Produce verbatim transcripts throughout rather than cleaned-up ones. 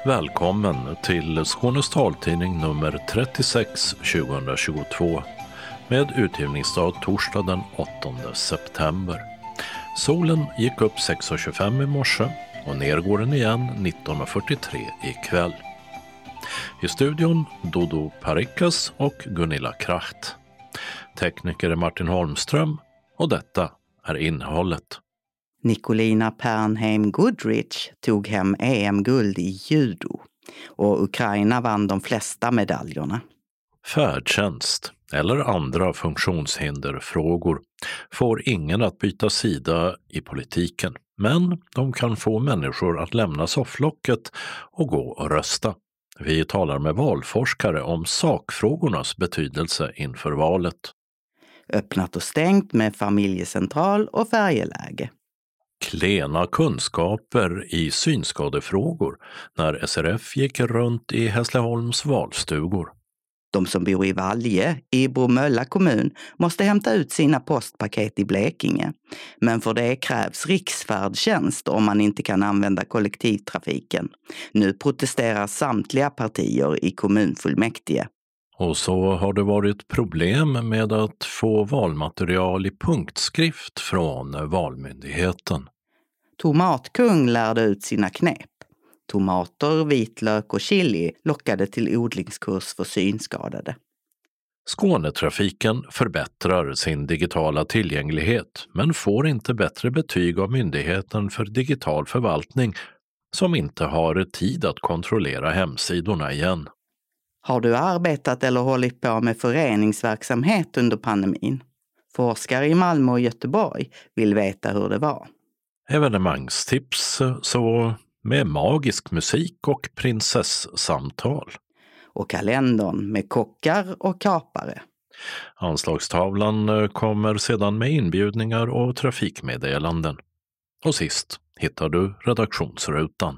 Välkommen till Skånes taltidning nummer trettiosex tjugohundratjugotvå med utgivningsdag torsdag den åttonde september. Solen gick upp sex och tjugofem i morse och ner går den igen nitton och fyrtiotre ikväll. I studion Dodo Parikas och Gunilla Kracht. Tekniker är Martin Holmström och detta är innehållet. Nicolina Pernheim-Goodrich tog hem E M-guld i judo och Ukraina vann de flesta medaljerna. Färdtjänst eller andra funktionshinderfrågor får ingen att byta sida i politiken, men de kan få människor att lämna sofflocket och gå och rösta. Vi talar med valforskare om sakfrågornas betydelse inför valet. Öppnat och stängt med familjecentral och färjeläge. Klena kunskaper i synskadefrågor när S R F gick runt i Hässleholms valstugor. De som bor i Valje i Bromölla kommun måste hämta ut sina postpaket i Blekinge. Men för det krävs riksfärdtjänst om man inte kan använda kollektivtrafiken. Nu protesterar samtliga partier i kommunfullmäktige. Och så har det varit problem med att få valmaterial i punktskrift från Valmyndigheten. Tomatkung lärde ut sina knep. Tomater, vitlök och chili lockade till odlingskurs för synskadade. Skånetrafiken förbättrar sin digitala tillgänglighet men får inte bättre betyg av Myndigheten för digital förvaltning som inte har tid att kontrollera hemsidorna igen. Har du arbetat eller hållit på med föreningsverksamhet under pandemin? Forskare i Malmö och Göteborg vill veta hur det var. Evenemangstips så med magisk musik och prinsessamtal. Och kalendern med kockar och kapare. Anslagstavlan kommer sedan med inbjudningar och trafikmeddelanden. Och sist hittar du redaktionsrutan.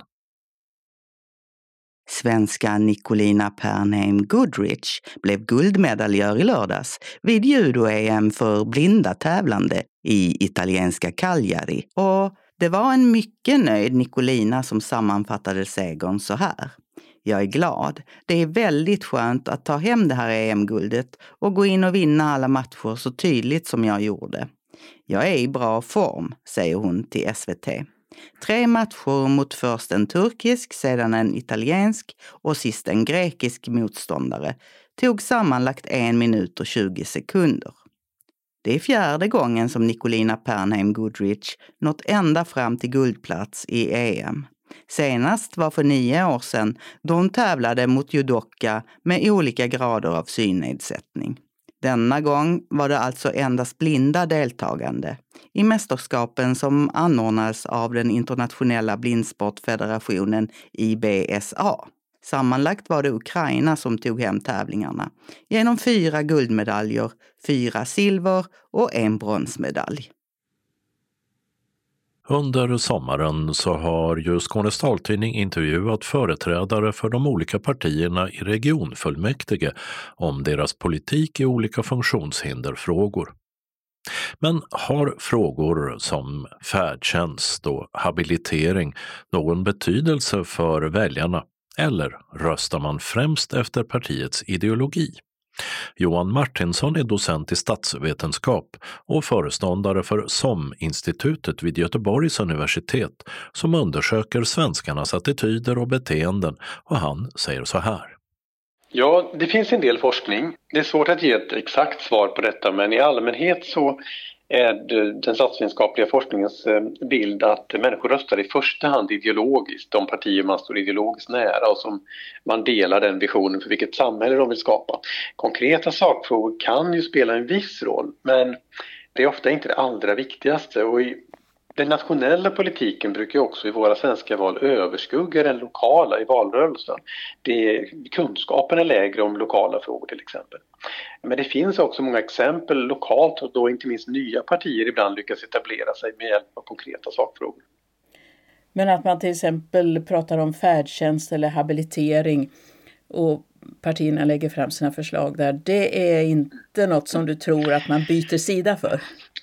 Svenska Nicolina Pernheim-Goodrich blev guldmedaljör i lördags vid judo-E M för blinda tävlande i italienska Cagliari. Och det var en mycket nöjd Nicolina som sammanfattade segern så här. Jag är glad. Det är väldigt skönt att ta hem det här E M-guldet och gå in och vinna alla matcher så tydligt som jag gjorde. Jag är i bra form, säger hon till S V T. Tre matcher mot först en turkisk, sedan en italiensk och sist en grekisk motståndare tog sammanlagt en minut och tjugo sekunder. Det är fjärde gången som Nicolina Pernheim-Goodrich nått ända fram till guldplats i E M. Senast var för nio år sedan då hon tävlade mot judoka med olika grader av synnedsättning. Denna gång var det alltså endast blinda deltagande i mästerskapen som anordnades av den internationella blindsportfederationen I B S A. Sammanlagt var det Ukraina som tog hem tävlingarna genom fyra guldmedaljer, fyra silver och en bronsmedalj. Under sommaren så har ju Skånes taltidning intervjuat företrädare för de olika partierna i regionfullmäktige om deras politik i olika funktionshinderfrågor. Men har frågor som färdtjänst och habilitering någon betydelse för väljarna eller röstar man främst efter partiets ideologi? Johan Martinsson är docent i statsvetenskap och föreståndare för S O M-institutet vid Göteborgs universitet som undersöker svenskarnas attityder och beteenden, och han säger så här. Ja, det finns en del forskning. Det är svårt att ge ett exakt svar på detta, men i allmänhet så är den statsvetenskapliga forskningens bild att människor röstar i första hand ideologiskt, de partier man står ideologiskt nära och som man delar den visionen för vilket samhälle de vill skapa. Konkreta sakfrågor kan ju spela en viss roll, men det är ofta inte det allra viktigaste, och i den nationella politiken brukar också i våra svenska val överskugga den lokala i valrörelsen. Det, kunskapen är lägre om lokala frågor till exempel. Men det finns också många exempel lokalt, och då inte minst nya partier ibland lyckas etablera sig med hjälp av konkreta sakfrågor. Men att man till exempel pratar om färdtjänst eller habilitering och partierna lägger fram sina förslag där, det är inte något som du tror att man byter sida för?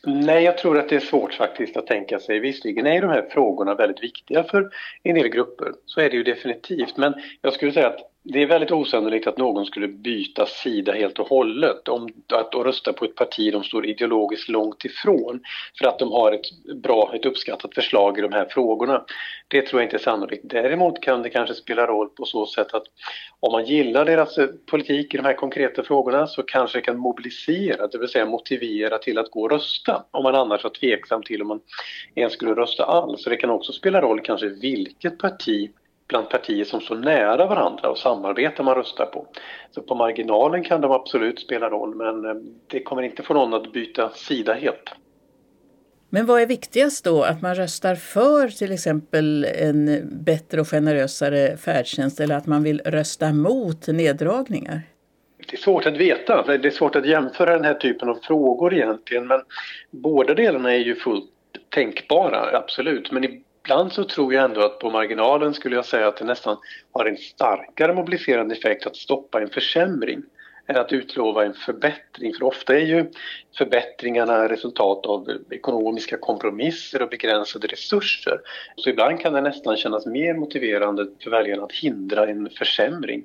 Nej, jag tror att det är svårt faktiskt att tänka sig. Visserligen är de här frågorna väldigt viktiga för en del grupper. Så är det ju definitivt. Men jag skulle säga att det är väldigt osannolikt att någon skulle byta sida helt och hållet. Om att rösta på ett parti de står ideologiskt långt ifrån. För att de har ett bra, ett uppskattat förslag i de här frågorna. Det tror jag inte är sannolikt. Däremot kan det kanske spela roll på så sätt att om man gillar deras politik i de här konkreta frågorna så kanske det kan mobilisera, det vill säga motivera till att gå och rösta. Om man annars var tveksam till om man ens skulle rösta alls. Så det kan också spela roll kanske vilket parti bland partier som står nära varandra och samarbetar man röstar på. Så på marginalen kan de absolut spela roll, men det kommer inte få någon att byta sida helt. Men vad är viktigast då? Att man röstar för till exempel en bättre och generösare färdtjänst eller att man vill rösta mot neddragningar? Det är svårt att veta. Det är svårt att jämföra den här typen av frågor egentligen. Men båda delarna är ju fullt tänkbara, absolut. Men ibland så tror jag ändå att på marginalen skulle jag säga att det nästan har en starkare mobiliserande effekt att stoppa en försämring än att utlova en förbättring. För ofta är ju förbättringarna resultat av ekonomiska kompromisser och begränsade resurser. Så ibland kan det nästan kännas mer motiverande för väljarna att hindra en försämring.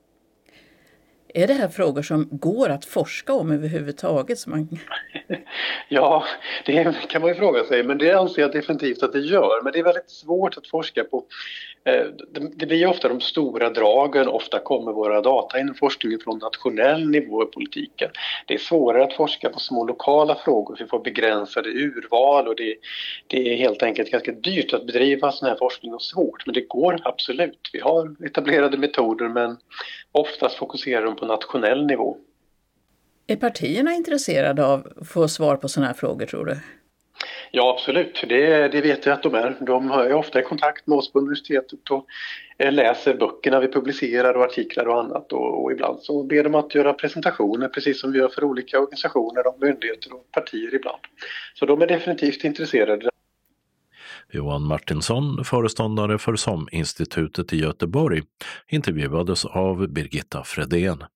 Är det här frågor som går att forska om överhuvudtaget? Så man... Ja, det kan man ju fråga sig, men det anser jag definitivt att det gör. Men det är väldigt svårt att forska på. Det blir ju ofta de stora dragen, ofta kommer våra data inom forskningen från nationell nivå i politiken. Det är svårare att forska på små lokala frågor, för vi får begränsade urval och det, det är helt enkelt ganska dyrt att bedriva sån här forskning och svårt. Men det går absolut. Vi har etablerade metoder, men oftast fokuserar de på nationell nivå. Är partierna intresserade av att få svar på sådana här frågor, tror du? Ja, absolut. Det, det vet jag att de är. De är ofta i kontakt med oss på universitetet och läser böckerna vi publicerar och artiklar och annat. Och, och ibland så ber de att göra presentationer, precis som vi gör för olika organisationer och myndigheter och partier ibland. Så de är definitivt intresserade. Johan Martinsson, föreståndare för SOM-institutet i Göteborg, intervjuades av Birgitta Fredén.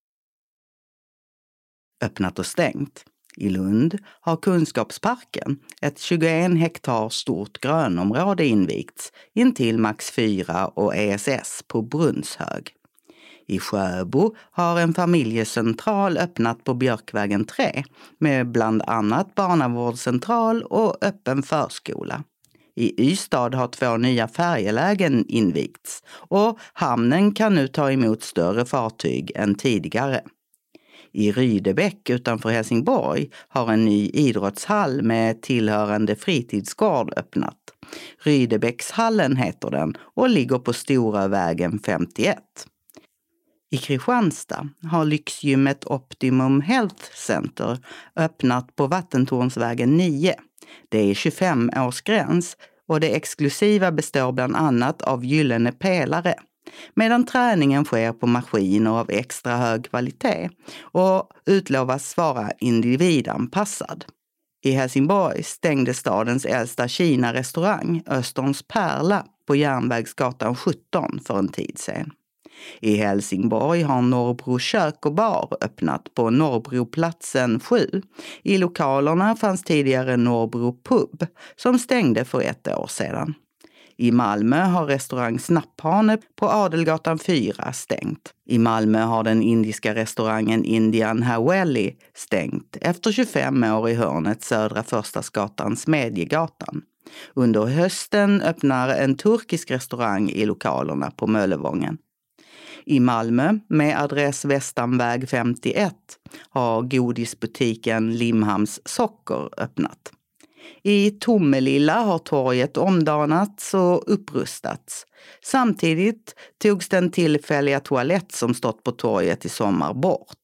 Öppnat och stängt. I Lund har Kunskapsparken, ett tjugoen hektar stort grönområde, invigts intill Max fyra och E S S på Brunnshög. I Sjöbo har en familjecentral öppnat på Björkvägen tre med bland annat barnavårdscentral och öppen förskola. I Ystad har två nya färjelägen invigts och hamnen kan nu ta emot större fartyg än tidigare. I Rydebäck utanför Helsingborg har en ny idrottshall med tillhörande fritidsgård öppnat. Rydebäckshallen heter den och ligger på Stora vägen femtioett. I Kristianstad har lyxgymmet Optimum Health Center öppnat på Vattentornsvägen nio. Det är tjugofem-årsgräns och det exklusiva består bland annat av gyllene pelare. Medan träningen sker på maskiner av extra hög kvalitet och utlovas vara individanpassad. I Helsingborg stängde stadens äldsta Kina-restaurang, Österns Pärla, på Järnvägsgatan sjutton för en tid sedan. I Helsingborg har Norrbro kök och bar öppnat på Norrbroplatsen sju. I lokalerna fanns tidigare Norrbro pub som stängde för ett år sedan. I Malmö har restaurang Snapphane på Adelgatan fyra stängt. I Malmö har den indiska restaurangen Indian Haweli stängt efter tjugofem år i hörnet Södra Förstadsgatan Smedjegatan. Under hösten öppnar en turkisk restaurang i lokalerna på Möllevången. I Malmö, med adress Västanväg femtioett, har godisbutiken Limhamns Socker öppnat. I Tomelilla har torget omdanats och upprustats. Samtidigt togs den tillfälliga toalett som stått på torget i sommar bort.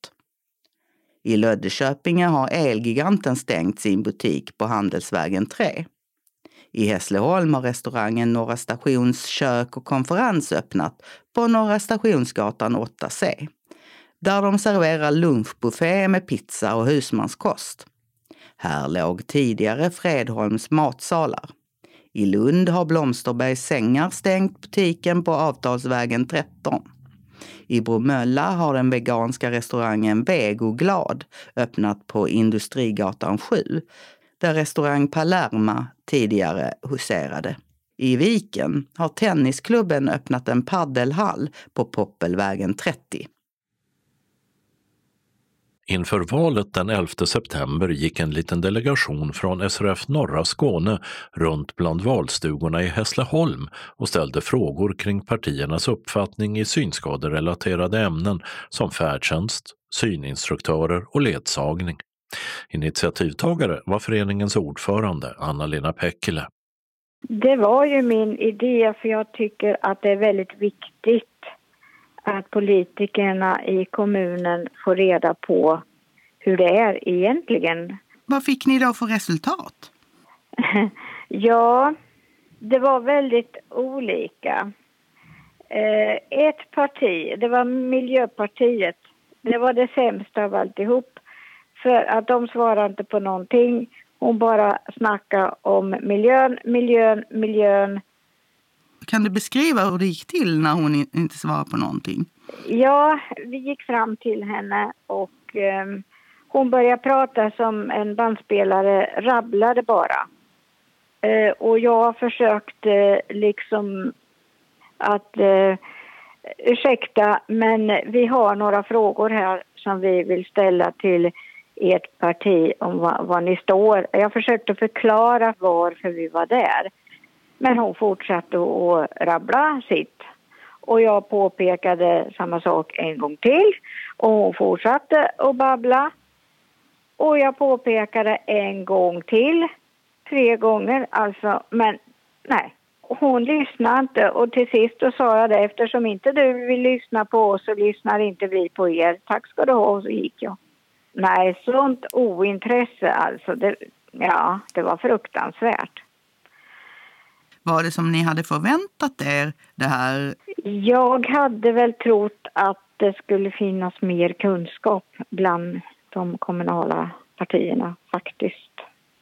I Löddeköpinge har Elgiganten stängt sin butik på Handelsvägen tre. I Hässleholm har restaurangen Norra Stations kök och konferens öppnat på Norra Stationsgatan åtta C. Där de serverar lunchbuffé med pizza och husmanskost. Här låg tidigare Fredholms matsalar. I Lund har Blomsterbergs sängar stängt butiken på Avtalsvägen tretton. I Bromölla har den veganska restaurangen Vegoglad öppnat på Industrigatan sju. där restaurang Palerma tidigare huserade. I Viken har tennisklubben öppnat en paddelhall på Poppelvägen trettio. Inför valet den elfte september gick en liten delegation från S R F Norra Skåne runt bland valstugorna i Hässleholm och ställde frågor kring partiernas uppfattning i synskaderelaterade ämnen som färdtjänst, syninstruktörer och ledsagning. Initiativtagare var föreningens ordförande Anna-Lena Päckilä. Det var ju min idé, för jag tycker att det är väldigt viktigt att politikerna i kommunen får reda på hur det är egentligen. Vad fick ni då för resultat? Ja, det var väldigt olika. Ett parti, det var Miljöpartiet, det var det sämsta av alltihop. För att de svarade inte på någonting. Hon bara snackade om miljön, miljön, miljön. Kan du beskriva hur det gick till när hon inte svarade på någonting? Ja, vi gick fram till henne och eh, hon började prata som en bandspelare, rabblade bara. Eh, och jag försökte liksom att eh, ursäkta, men vi har några frågor här som vi vill ställa till ert parti om vad, vad ni står. Jag försökte förklara varför vi var där. Men hon fortsatte att rabbla sitt. Och jag påpekade samma sak en gång till. Och hon fortsatte att babbla. Och jag påpekade en gång till. Tre gånger alltså. Men nej, hon lyssnade inte. Och till sist då sa jag det. Eftersom inte du vill lyssna på oss så lyssnar inte vi på er. Tack ska du ha. Och så gick jag. Nej, sånt ointresse alltså. Det, ja, det var fruktansvärt. Var det som ni hade förväntat er det här? Jag hade väl trott att det skulle finnas mer kunskap bland de kommunala partierna faktiskt.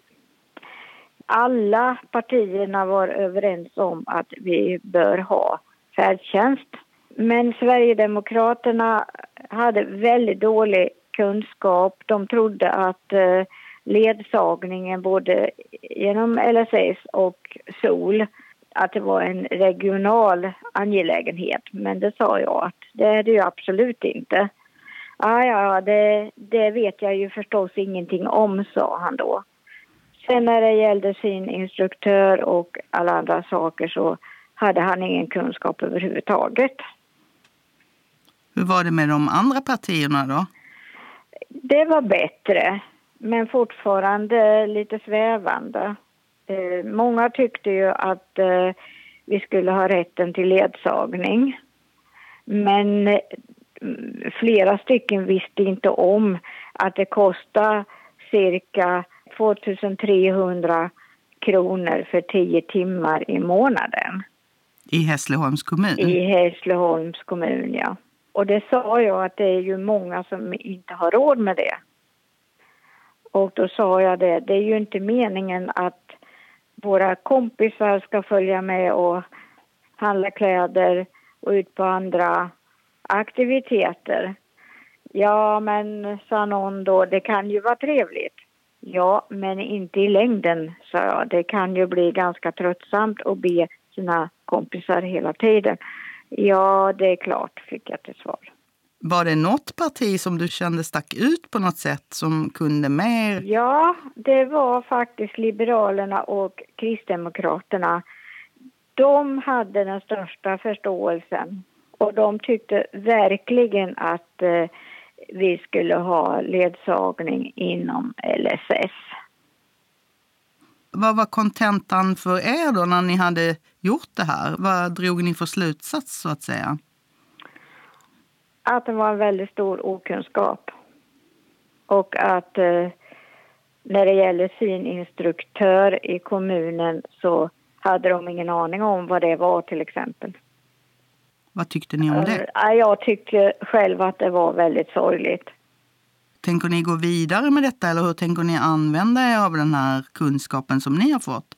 Alla partierna var överens om att vi bör ha färdtjänst. Men Sverigedemokraterna hade väldigt dålig kunskap. De trodde att eh, ledsagningen både genom L S S och S O L, att det var en regional angelägenhet. Men det sa jag att det är det ju absolut inte. Ah, ja, det, det vet jag ju förstås ingenting om, sa han då. Sen när det gällde sin instruktör och alla andra saker så hade han ingen kunskap överhuvudtaget. Hur var det med de andra partierna då? Det var bättre, men fortfarande lite svävande. Eh, många tyckte ju att eh, vi skulle ha rätten till ledsagning. Men eh, flera stycken visste inte om att det kostar cirka tvåtusen kronor för tio timmar i månaden. I Hässleholms kommun? I Hässleholms kommun, ja. Och det sa jag att det är ju många som inte har råd med det. Och då sa jag det, det är ju inte meningen att våra kompisar ska följa med och handla kläder och ut på andra aktiviteter. Ja, men sa någon då, det kan ju vara trevligt. Ja, men inte i längden, sa jag. Det kan ju bli ganska tröttsamt att be sina kompisar hela tiden. Ja, det är klart, fick jag till svar. Var det något parti som du kände stack ut på något sätt som kunde mer? Ja, det var faktiskt Liberalerna och Kristdemokraterna. De hade den största förståelsen. Och de tyckte verkligen att eh, vi skulle ha ledsagning inom L S S. Vad var kontentan för er då när ni hade gjort det här? Vad drog ni för slutsats så att säga? Att det var en väldigt stor okunskap. Och att eh, när det gäller syninstruktör i kommunen så hade de ingen aning om vad det var till exempel. Vad tyckte ni om det? Uh, jag tyckte själv att det var väldigt sorgligt. Tänker ni gå vidare med detta eller hur tänker ni använda er av den här kunskapen som ni har fått?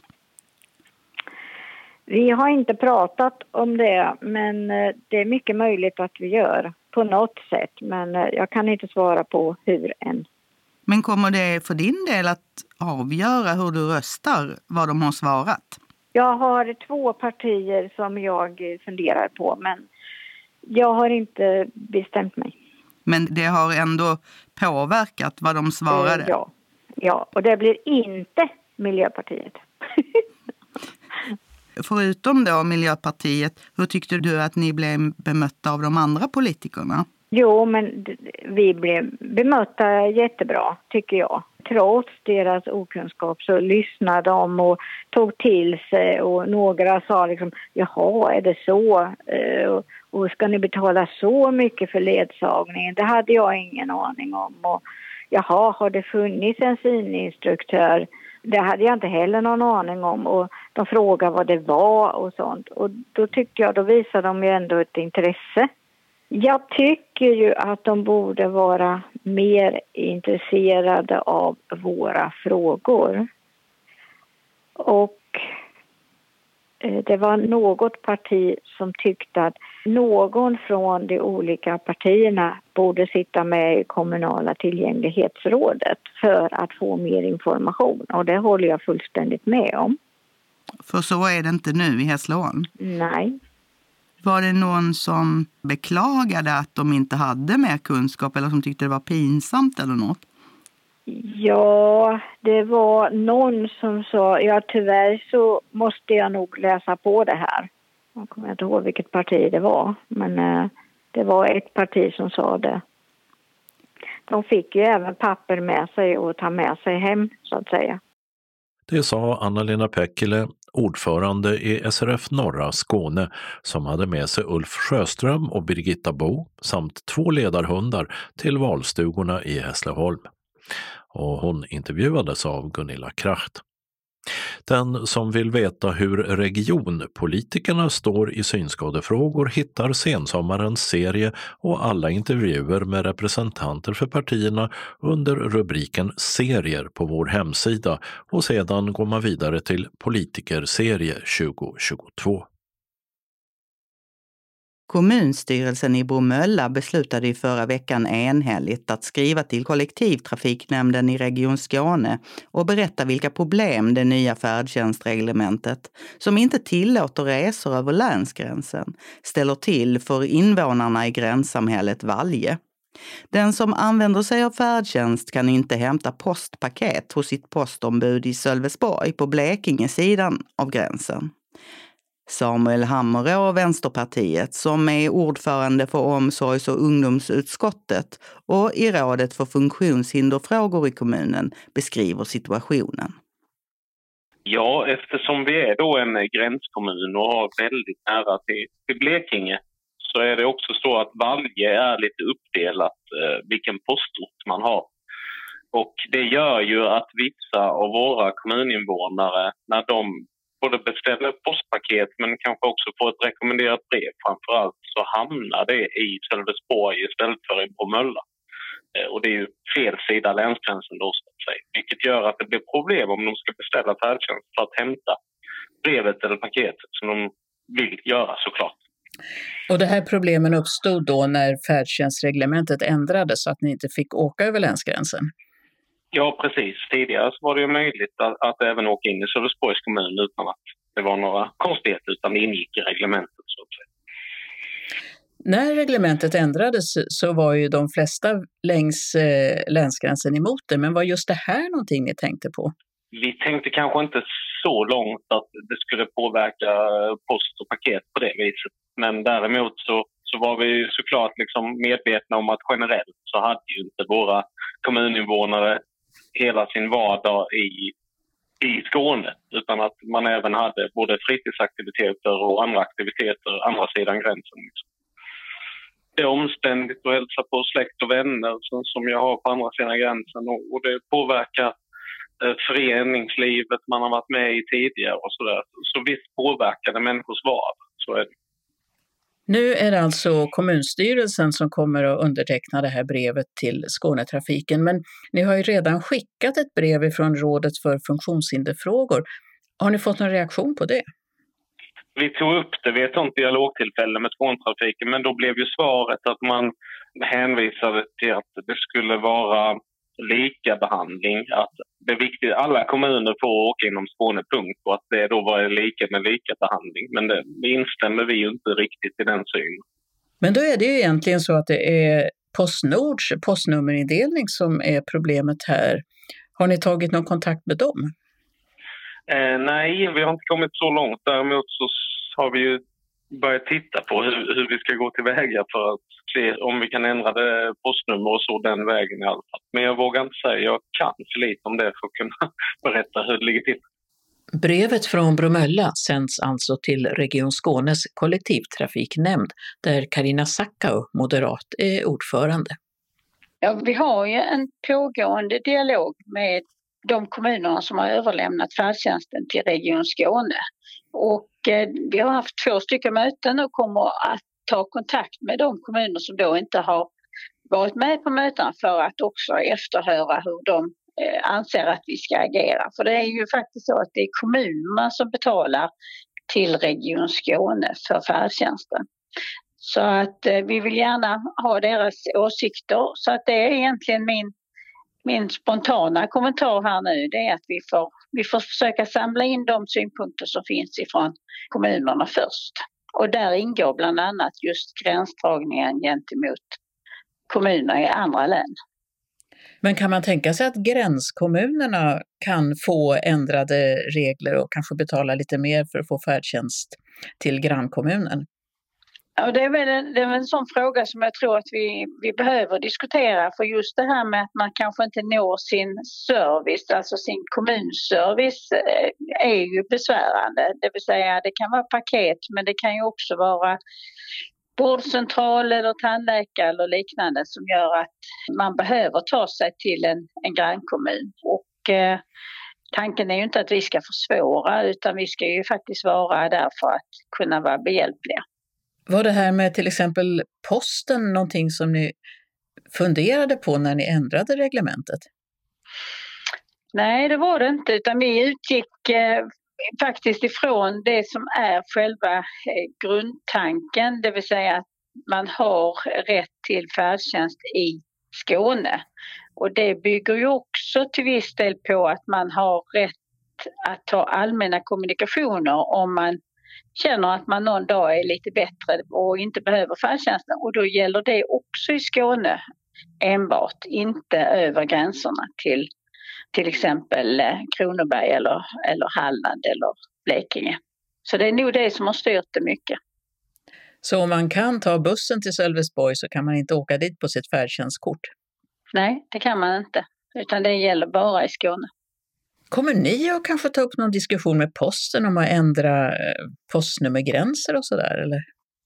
Vi har inte pratat om det, men det är mycket möjligt att vi gör på något sätt. Men jag kan inte svara på hur än. Men kommer det för din del att avgöra hur du röstar, vad de har svarat? Jag har två partier som jag funderar på, men jag har inte bestämt mig. Men det har ändå påverkat vad de svarade? Eh, ja. ja, och det blir inte Miljöpartiet. Förutom då Miljöpartiet, hur tyckte du att ni blev bemötta av de andra politikerna? Jo, men vi blev bemötta jättebra, tycker jag. Trots deras okunskap så lyssnade de och tog till sig, och några sa liksom, jaha, är det så? Och, och ska ni betala så mycket för ledsagningen? Det hade jag ingen aning om. Och jaha, har det funnits en syninstruktör? Det hade jag inte heller någon aning om, och de frågade vad det var och sånt. Och då tycker jag, då visar de ju ändå ett intresse. Jag tycker ju att de borde vara mer intresserade av våra frågor. Och det var något parti som tyckte att någon från de olika partierna borde sitta med i kommunala tillgänglighetsrådet för att få mer information. Och det håller jag fullständigt med om. För så är det inte nu i Hässleholm? Nej. Var det någon som beklagade att de inte hade mer kunskap eller som tyckte det var pinsamt eller något? Ja, det var någon som sa, ja tyvärr så måste jag nog läsa på det här. Jag kommer inte ihåg vilket parti det var, men eh, det var ett parti som sa det. De fick ju även papper med sig och ta med sig hem, så att säga. Det sa Anna-Lena Päckilä, ordförande i S R F Norra Skåne, som hade med sig Ulf Sjöström och Birgitta Bo samt två ledarhundar till valstugorna i Hässleholm. Och hon intervjuades av Gunilla Kracht. Den som vill veta hur regionpolitikerna står i synskadefrågor hittar sensommarens serie och alla intervjuer med representanter för partierna under rubriken Serier på vår hemsida, och sedan går man vidare till Politikerserie tjugo tjugotvå. Kommunstyrelsen i Bromölla beslutade i förra veckan enhälligt att skriva till kollektivtrafiknämnden i Region Skåne och berätta vilka problem det nya färdtjänstreglementet, som inte tillåter resor över länsgränsen, ställer till för invånarna i gränssamhället Valje. Den som använder sig av färdtjänst kan inte hämta postpaket hos sitt postombud i Sölvesborg på Blekingesidan av gränsen. Samuel Hammerå, Vänsterpartiet, som är ordförande för omsorgs- och ungdomsutskottet och i rådet för funktionshinderfrågor i kommunen, beskriver situationen. Ja, eftersom vi är då en gränskommun och har väldigt nära till, till Blekinge, så är det också så att Valje är lite uppdelat eh, vilken postort man har. Och det gör ju att vissa av våra kommuninvånare, när de både beställer postpaket men kanske också får ett rekommenderat brev framförallt, så hamnar det i Sölvesborg istället för i Bromölla. Eh, och det är ju fel sida länsgränsen då, så att säga. Vilket gör att det blir problem om de ska beställa färdtjänst för att hämta brevet eller paketet som de vill göra, såklart. Och det här problemen uppstod då när färdtjänstreglementet ändrades så att ni inte fick åka över länsgränsen? Ja, precis. Tidigare så var det ju möjligt att, att även åka in i Sölvesborgs kommun utan att det var några konstigheter, utan det ingick i reglementet, så att säga. När reglementet ändrades så var ju de flesta längs eh, länsgränsen emot det, men var just det här någonting ni tänkte på? Vi tänkte kanske inte så långt att det skulle påverka post och paket på det viset. Men däremot så, så var vi såklart liksom medvetna om att generellt så hade ju inte våra kommuninvånare hela sin vardag i, i Skåne. Utan att man även hade både fritidsaktiviteter och andra aktiviteter andra sidan gränsen. Liksom. Det är omständigt att hälsa på släkt och vänner som, som jag har på andra sidan gränsen. Och, och det påverkar föreningslivet man har varit med i tidigare och sådär. Så visst påverkar det människors vardag, så är det. Nu är det alltså kommunstyrelsen som kommer att underteckna det här brevet till Skånetrafiken, men ni har ju redan skickat ett brev från Rådet för funktionshinderfrågor. Har ni fått någon reaktion på det? Vi tog upp det vid ett sånt dialogtillfälle med Skånetrafiken, men då blev ju svaret att man hänvisade till att det skulle vara lika behandling. Att det är viktigt att alla kommuner får åka inom Skåne punkt och att det då var lika med lika behandling. Men det, det instämmer vi ju inte riktigt i den synen. Men då är det ju egentligen så att det är Postnords postnummerindelning som är problemet här. Har ni tagit någon kontakt med dem? Eh, nej, vi har inte kommit så långt. Däremot så har vi ju börjat titta på hur, hur vi ska gå tillväga för att se om vi kan ändra det postnummer och så den vägen i alla fall. Men jag vågar inte säga, jag kan för lite om det för att kunna berätta hur det ligger till. Brevet från Bromölla sänds alltså till Region Skånes kollektivtrafiknämnd där Carina Sackau, moderat, är ordförande. Ja, vi har ju en pågående dialog med de kommunerna som har överlämnat färdtjänsten till Region Skåne. Och eh, vi har haft två stycken möten och kommer att ta kontakt med de kommuner som då inte har varit med på mötena för att också efterhöra hur de eh, anser att vi ska agera. För det är ju faktiskt så att det är kommunerna som betalar till Region Skåne för färdtjänsten. Så att eh, vi vill gärna ha deras åsikter. Så att det är egentligen min, min spontana kommentar här nu. Det är att vi får, vi får försöka samla in de synpunkter som finns ifrån kommunerna först. Och där ingår bland annat just gränsdragningen gentemot kommuner i andra län. Men kan man tänka sig att gränskommunerna kan få ändrade regler och kanske betala lite mer för att få färdtjänst till grannkommunen? Ja, det är väl en, det är väl en sån fråga som jag tror att vi, vi behöver diskutera. För just det här med att man kanske inte når sin service, alltså sin kommunservice, är ju besvärande. Det vill säga det kan vara paket, men det kan ju också vara vårdcentral eller tandläkare eller liknande som gör att man behöver ta sig till en, en grannkommun. Och eh, tanken är ju inte att vi ska försvåra, utan vi ska ju faktiskt vara där för att kunna vara behjälpliga. Var det här med till exempel posten någonting som ni funderade på när ni ändrade reglementet? Nej, det var det inte, utan vi utgick eh, faktiskt ifrån det som är själva eh, grundtanken, det vill säga att man har rätt till färdtjänst i Skåne. Och det bygger ju också till viss del på att man har rätt att ta allmänna kommunikationer om man känner att man någon dag är lite bättre och inte behöver färdtjänsten. Och då gäller det också i Skåne enbart, inte över gränserna till till exempel Kronoberg eller, eller Halland eller Blekinge. Så det är nog det som har styrt det mycket. Så om man kan ta bussen till Sölvesborg så kan man inte åka dit på sitt färdtjänstkort? Nej, det kan man inte. Utan det gäller bara i Skåne. Kommer ni att kanske ta upp någon diskussion med posten om att ändra postnummergränser och sådär, eller?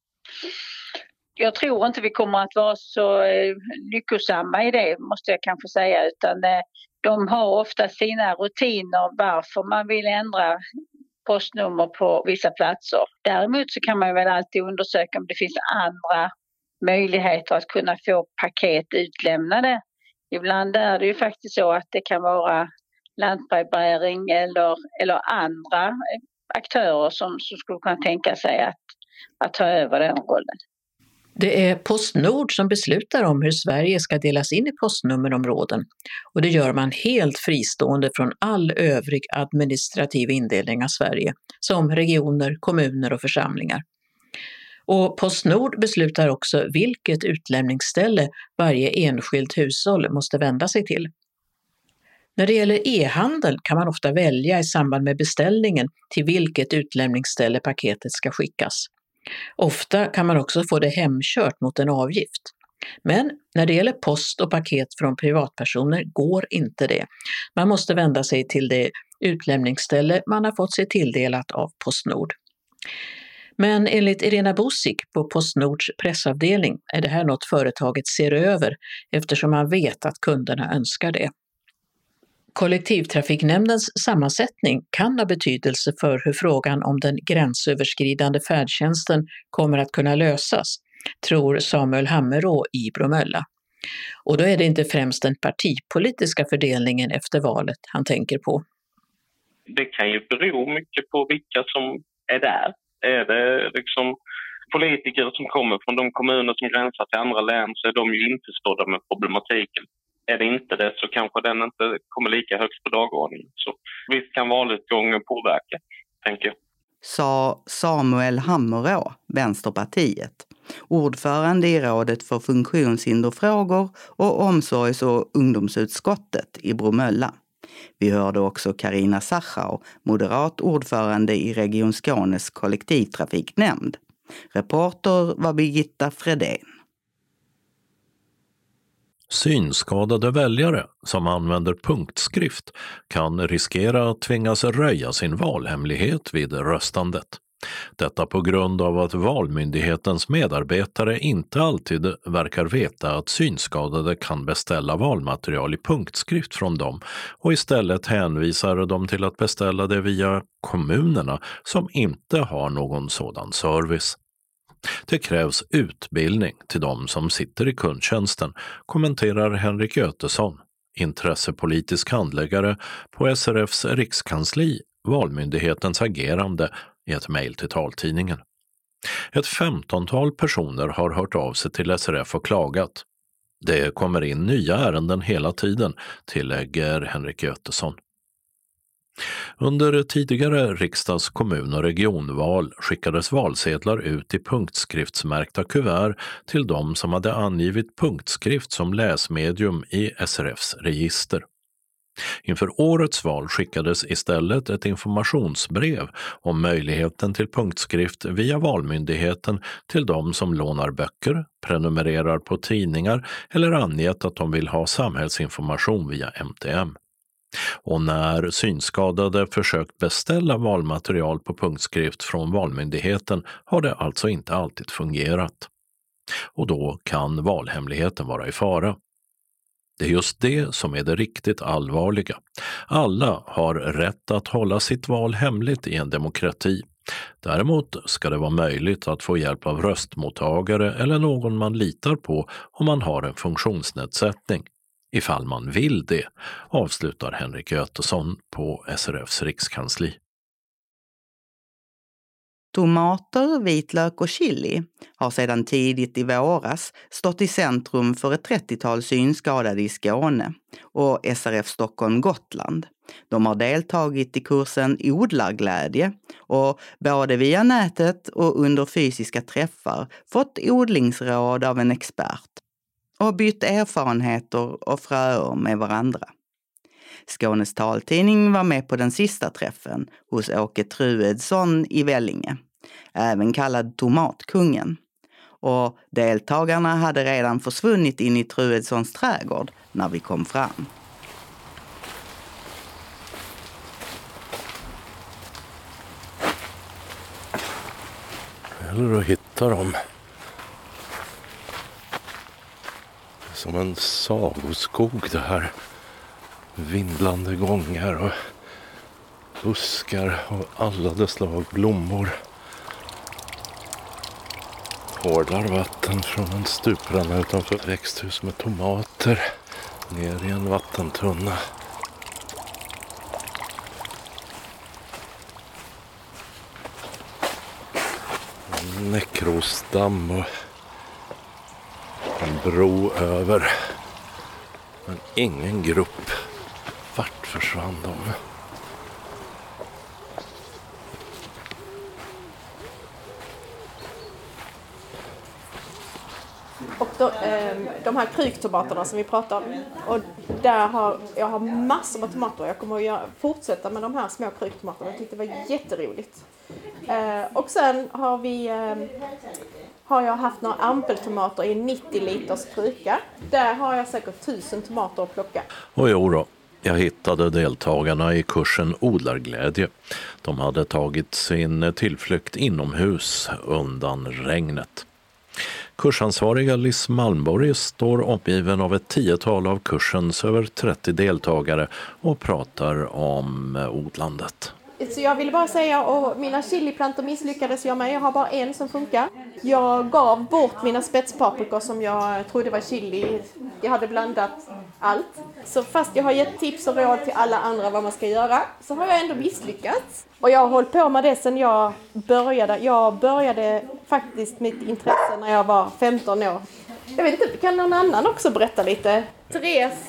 Jag tror inte vi kommer att vara så eh, lyckosamma i det, måste jag kanske säga. Utan eh, de har ofta sina rutiner varför man vill ändra postnummer på vissa platser. Däremot så kan man väl alltid undersöka om det finns andra möjligheter att kunna få paket utlämnade. Ibland är det ju faktiskt så att det kan vara lantbrevbäring eller, eller andra aktörer som, som skulle kunna tänka sig att, att ta över den rollen. Det är Postnord som beslutar om hur Sverige ska delas in i postnummerområden, och det gör man helt fristående från all övrig administrativ indelning av Sverige, som regioner, kommuner och församlingar. Och Postnord beslutar också vilket utlämningsställe varje enskilt hushåll måste vända sig till. När det gäller e-handel kan man ofta välja i samband med beställningen till vilket utlämningsställe paketet ska skickas. Ofta kan man också få det hemkört mot en avgift. Men när det gäller post och paket från privatpersoner går inte det. Man måste vända sig till det utlämningsställe man har fått sig tilldelat av Postnord. Men enligt Irena Bosik på Postnords pressavdelning är det här något företaget ser över eftersom man vet att kunderna önskar det. Kollektivtrafiknämndens sammansättning kan ha betydelse för hur frågan om den gränsöverskridande färdtjänsten kommer att kunna lösas, tror Samuel Hammerå i Bromölla. Och då är det inte främst den partipolitiska fördelningen efter valet han tänker på. Det kan ju bero mycket på vilka som är där. Är det liksom politiker som kommer från de kommuner som gränsar till andra län, så är de ju inte stådda med problematiken. Är det inte det så kanske den inte kommer lika högt på dagordningen. Så visst kan valutgången påverka, tänker jag. Sa Samuel Hammerå, Vänsterpartiet, ordförande i rådet för funktionshinderfrågor och omsorgs- och ungdomsutskottet i Bromölla. Vi hörde också Carina Sachau, moderat ordförande i Region Skånes kollektivtrafiknämnd. Reporter var Birgitta Fredén. Synskadade väljare som använder punktskrift kan riskera att tvingas röja sin valhemlighet vid röstandet. Detta på grund av att Valmyndighetens medarbetare inte alltid verkar veta att synskadade kan beställa valmaterial i punktskrift från dem och istället hänvisar de till att beställa det via kommunerna som inte har någon sådan service. Det krävs utbildning till de som sitter i kundtjänsten, kommenterar Henrik Götesson, intressepolitisk handläggare på S R F:s rikskansli, Valmyndighetens agerande i ett mejl till taltidningen. Ett femtontal personer har hört av sig till S R F och klagat. Det kommer in nya ärenden hela tiden, tillägger Henrik Götesson. Under tidigare riksdags-, kommun- och regionval skickades valsedlar ut i punktskriftsmärkta kuvert till de som hade angivit punktskrift som läsmedium i S R F:s register. Inför årets val skickades istället ett informationsbrev om möjligheten till punktskrift via Valmyndigheten till de som lånar böcker, prenumererar på tidningar eller angett att de vill ha samhällsinformation via M T M. Och när synskadade försökt beställa valmaterial på punktskrift från Valmyndigheten har det alltså inte alltid fungerat. Och då kan valhemligheten vara i fara. Det är just det som är det riktigt allvarliga. Alla har rätt att hålla sitt val hemligt i en demokrati. Däremot ska det vara möjligt att få hjälp av röstmottagare eller någon man litar på om man har en funktionsnedsättning. Ifall man vill det, avslutar Henrik Götesson på S R F:s rikskansli. Tomater, vitlök och chili har sedan tidigt i våras stått i centrum för ett trettiotal synskadade i Skåne och S R F Stockholm Gotland. De har deltagit i kursen Odlarglädje och både via nätet och under fysiska träffar fått odlingsråd av en expert och bytt erfarenheter och fröer med varandra. Skånes taltidning var med på den sista träffen hos Åke Truedsson i Vellinge, även kallad Tomatkungen. Och deltagarna hade redan försvunnit in i Truedssons trädgård när vi kom fram. Eller att hitta dem. Som en sagoskog det här. Vindlande gångar och buskar och alla dess slag blommor. Hårdar vatten från en stupränna utanför ett växthus med tomater ner i en vattentunna. En näckrosdamm och en bro över. Men ingen grupp. Vart försvann de? Och då, eh, de här kryktomaterna som vi pratar om. Och där har jag har massor med tomater. Jag kommer att göra, fortsätta med de här små kryktomaterna. Jag tyckte det var jätteroligt. Eh, och sen har vi... Eh, har jag haft några ampeltomater i nittio liters kruka. Där har jag säkert tusen tomater att plocka. Och jo då, jag hittade deltagarna i kursen Odlarglädje. De hade tagit sin tillflykt inomhus undan regnet. Kursansvariga Liz Malmborg står omgiven av ett tiotal av kursens över trettio deltagare och pratar om odlandet. Så jag ville bara säga, och mina chiliplantor misslyckades jag med. Jag har bara en som funkar. Jag gav bort mina spetspaprikor som jag trodde var chili. Jag hade blandat allt. Så fast jag har gett tips och råd till alla andra vad man ska göra, så har jag ändå misslyckats. Och jag har hållit på med det sedan jag började. Jag började faktiskt mitt intresse när jag var femton år. Jag vet inte, kan någon annan också berätta lite? Therese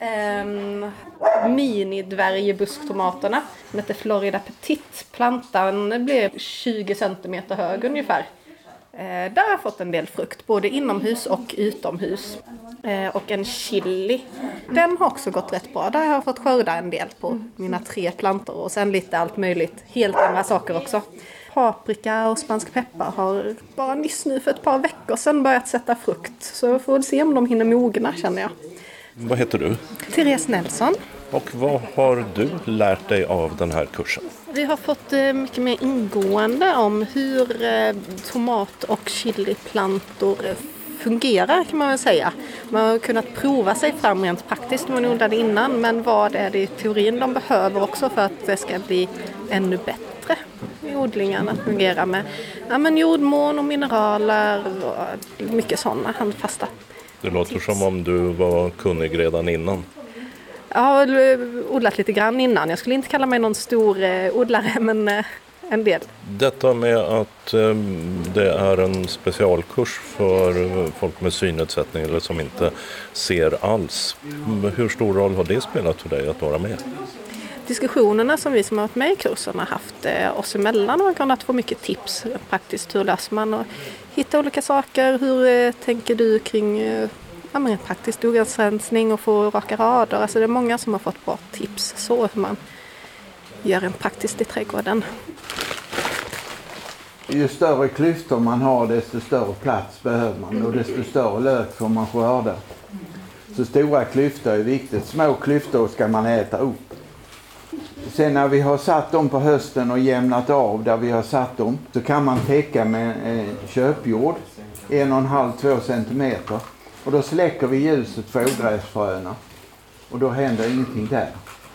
Um, Mini-dvärgbusktomaterna. Den heter Florida Petit. Plantan blir tjugo centimeter hög ungefär. Uh, där har jag fått en del frukt, både inomhus och utomhus. Uh, och en chili. Den har också gått rätt bra. Där har jag fått skörda en del på mina tre plantor. Och sen lite allt möjligt. Helt andra saker också. Paprika och spansk peppar har bara nyss nu för ett par veckor sedan börjat sätta frukt. Så jag får väl se om de hinner mogna, känner jag. Vad heter du? Therese Nelson. Och vad har du lärt dig av den här kursen? Vi har fått mycket mer ingående om hur tomat- och chiliplantor fungerar, kan man väl säga. Man har kunnat prova sig fram rent praktiskt när man odlade innan, men vad är det i teorin de behöver också för att det ska bli ännu bättre i odlingen att fungera med ja, men jordmån och mineraler och mycket sådana handfasta. Det låter tips. som om du var kunnig redan innan. Jag har odlat lite grann innan. Jag skulle inte kalla mig någon stor eh, odlare, men eh, en del. Detta med att eh, det är en specialkurs för folk med synnedsättning eller som inte ser alls. Hur stor roll har det spelat för dig att vara med? Diskussionerna som vi som har varit med i kursen har haft eh, oss emellan och kunnat få mycket tips praktiskt. Hur löser man och hitta olika saker. Hur eh, tänker du kring eh, ja, men praktiskt ogräsrensning och få raka rader. Alltså det är många som har fått bra tips så hur man gör en praktiskt i trädgården. Ju större klyftor man har desto större plats behöver man och desto större lök får man skörda. Så stora klyftor är viktigt. Små klyftor ska man äta upp. Sen när vi har satt dem på hösten och jämnat av där vi har satt dem så kan man täcka med eh, köpjord en och en halv till två centimeter. Och då släcker vi ljuset för ogräsfröna och då händer ingenting där.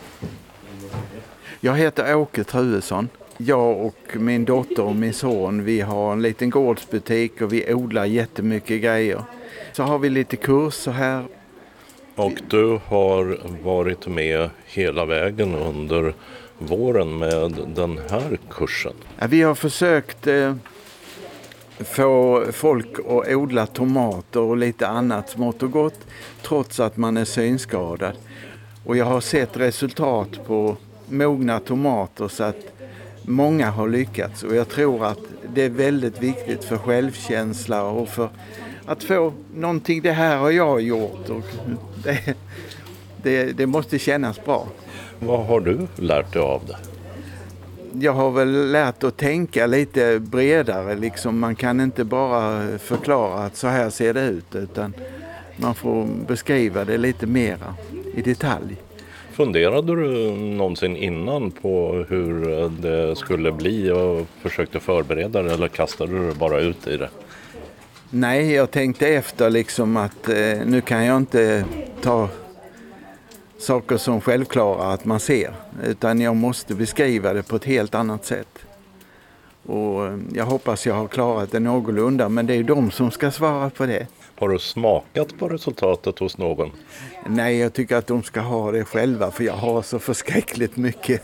Jag heter Åke Truesson. Jag och min dotter och min son, vi har en liten gårdsbutik och vi odlar jättemycket grejer. Så har vi lite kurser här. Och du har varit med hela vägen under våren med den här kursen. Ja, vi har försökt eh, få folk att odla tomater och lite annat smått och gott trots att man är synskadad. Och jag har sett resultat på mogna tomater så att många har lyckats. Och jag tror att det är väldigt viktigt för självkänsla och för att få någonting, det här har jag gjort och det, det, det måste kännas bra. Vad har du lärt dig av det? Jag har väl lärt att tänka lite bredare. Liksom. Man kan inte bara förklara att så här ser det ut utan man får beskriva det lite mera i detalj. Funderade du någonsin innan på hur det skulle bli och försökte förbereda det eller kastade du bara ut i det? Nej, jag tänkte efter liksom att eh, nu kan jag inte ta saker som självklara att man ser. Utan jag måste beskriva det på ett helt annat sätt. Och eh, jag hoppas jag har klarat det någorlunda, men det är de som ska svara på det. Har du smakat på resultatet hos någon? Nej, jag tycker att de ska ha det själva för jag har så förskräckligt mycket.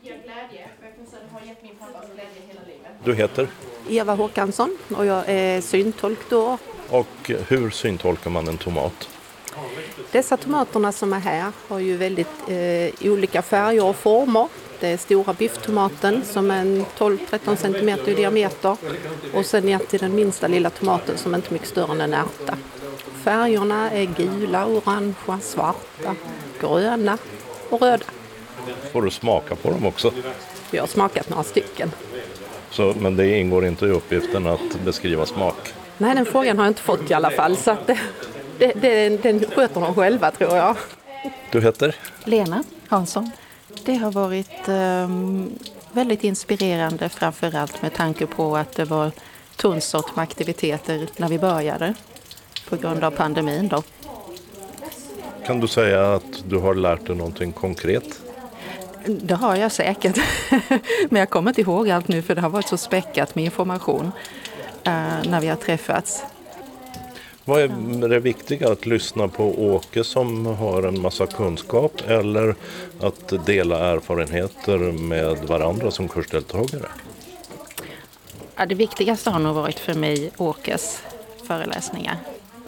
Du heter? Eva Håkansson och jag är syntolk då. Och hur syntolkar man en tomat? Dessa tomaterna som är här har ju väldigt eh, olika färger och former. Det är stora bifftomaten som är tolv till tretton centimeter i diameter. Och sen ner till den minsta lilla tomaten som är inte mycket större än en ärta. Färgerna är gula, orangea, svarta, gröna och röda. Får du smaka på dem också? Vi har smakat några stycken. Så, men det ingår inte i uppgiften att beskriva smak? Nej, den frågan har jag inte fått i alla fall. Så att det, det, det, den sköter de själva, tror jag. Du heter? Lena Hansson. Det har varit um, väldigt inspirerande, framförallt med tanke på att det var tunnsort med aktiviteter när vi började på grund av pandemin då. Kan du säga att du har lärt dig någonting konkret? Det har jag säkert, men jag kommer inte ihåg allt nu för det har varit så späckat med information uh, när vi har träffats. Vad är det viktiga, att lyssna på Åke som har en massa kunskap eller att dela erfarenheter med varandra som kursdeltagare? Ja, det viktigaste har nog varit för mig Åkes föreläsningar.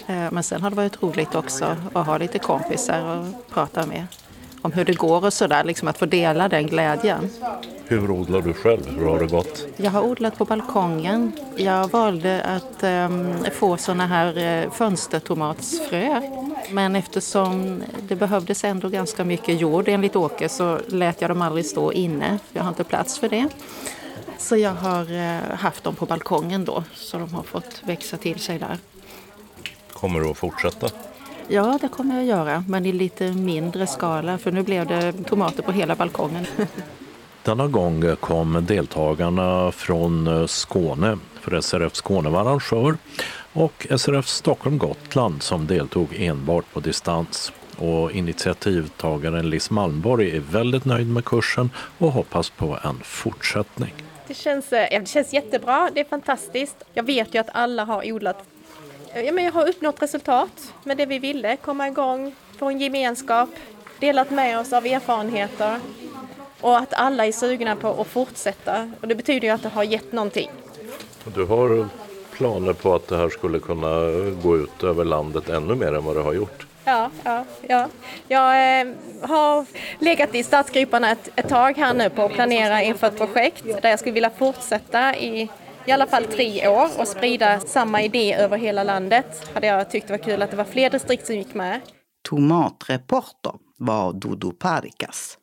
Men sen har det varit roligt också att ha lite kompisar och prata med om hur det går och sådär, liksom att få dela den glädjen. Hur odlar du själv? Hur har det gått? Jag har odlat på balkongen. Jag valde att um, få såna här uh, fönstertomatsfrö. Men eftersom det behövdes ändå ganska mycket jord enligt Åke så lät jag dem aldrig stå inne. Jag har inte plats för det. Så jag har uh, haft dem på balkongen då, så de har fått växa till sig där. Kommer du att fortsätta? Ja, det kommer jag att göra, men i lite mindre skala, för nu blev det tomater på hela balkongen. Denna gång kom deltagarna från Skåne, för S R F Skåne var arrangör, och S R F Stockholm Gotland som deltog enbart på distans. Och initiativtagaren Liz Malmborg är väldigt nöjd med kursen och hoppas på en fortsättning. Det känns, ja, det känns jättebra, det är fantastiskt. Jag vet ju att alla har odlat. Ja, men jag har uppnått resultat med det vi ville, komma igång, få en gemenskap, delat med oss av erfarenheter och att alla är sugna på att fortsätta. Och det betyder ju att det har gett någonting. Du har planer på att det här skulle kunna gå ut över landet ännu mer än vad det har gjort? Ja, ja, ja. Jag eh, har legat i startgroparna ett, ett tag här nu på att planera inför ett projekt där jag skulle vilja fortsätta i i alla fall tre år och sprida samma idé över hela landet. Hade jag tyckt det var kul att det var fler distrikt som gick med. Tomatreporter var Dodo Parikas.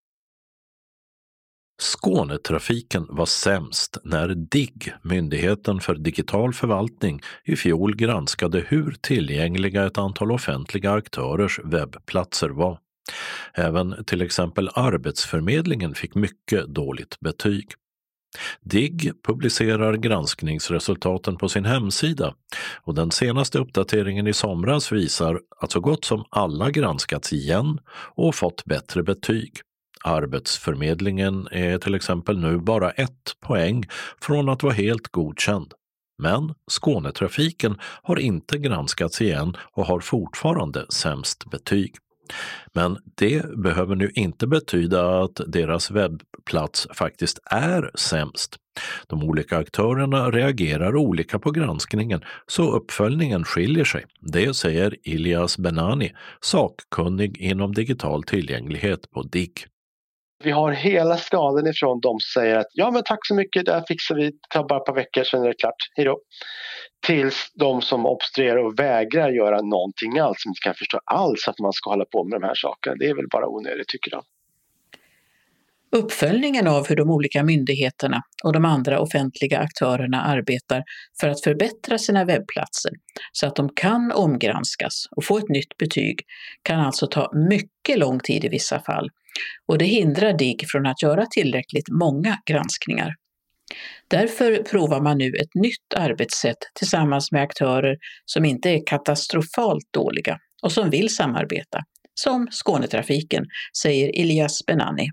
Skånetrafiken var sämst när D I G, Myndigheten för digital förvaltning, i fjol granskade hur tillgängliga ett antal offentliga aktörers webbplatser var. Även till exempel Arbetsförmedlingen fick mycket dåligt betyg. D I G publicerar granskningsresultaten på sin hemsida och den senaste uppdateringen i somras visar att så gott som alla granskats igen och fått bättre betyg. Arbetsförmedlingen är till exempel nu bara ett poäng från att vara helt godkänd. Men Skånetrafiken har inte granskats igen och har fortfarande sämst betyg. Men det behöver nu inte betyda att deras webbplats faktiskt är sämst. De olika aktörerna reagerar olika på granskningen, så uppföljningen skiljer sig. Det säger Ilyas Benani, sakkunnig inom digital tillgänglighet på D I G. Vi har hela skalan ifrån de som säger att ja men tack så mycket, det här fixar vi, tar bara ett par veckor, sen är det klart, hejdå. Tills de som obstruerar och vägrar göra någonting alls, som inte kan förstå alls att man ska hålla på med de här sakerna. Det är väl bara onödigt, tycker jag. Uppföljningen av hur de olika myndigheterna och de andra offentliga aktörerna arbetar för att förbättra sina webbplatser så att de kan omgranskas och få ett nytt betyg kan alltså ta mycket lång tid i vissa fall. Och det hindrar D I G från att göra tillräckligt många granskningar. Därför provar man nu ett nytt arbetssätt tillsammans med aktörer som inte är katastrofalt dåliga och som vill samarbeta, som Skånetrafiken, säger Ilyas Benani.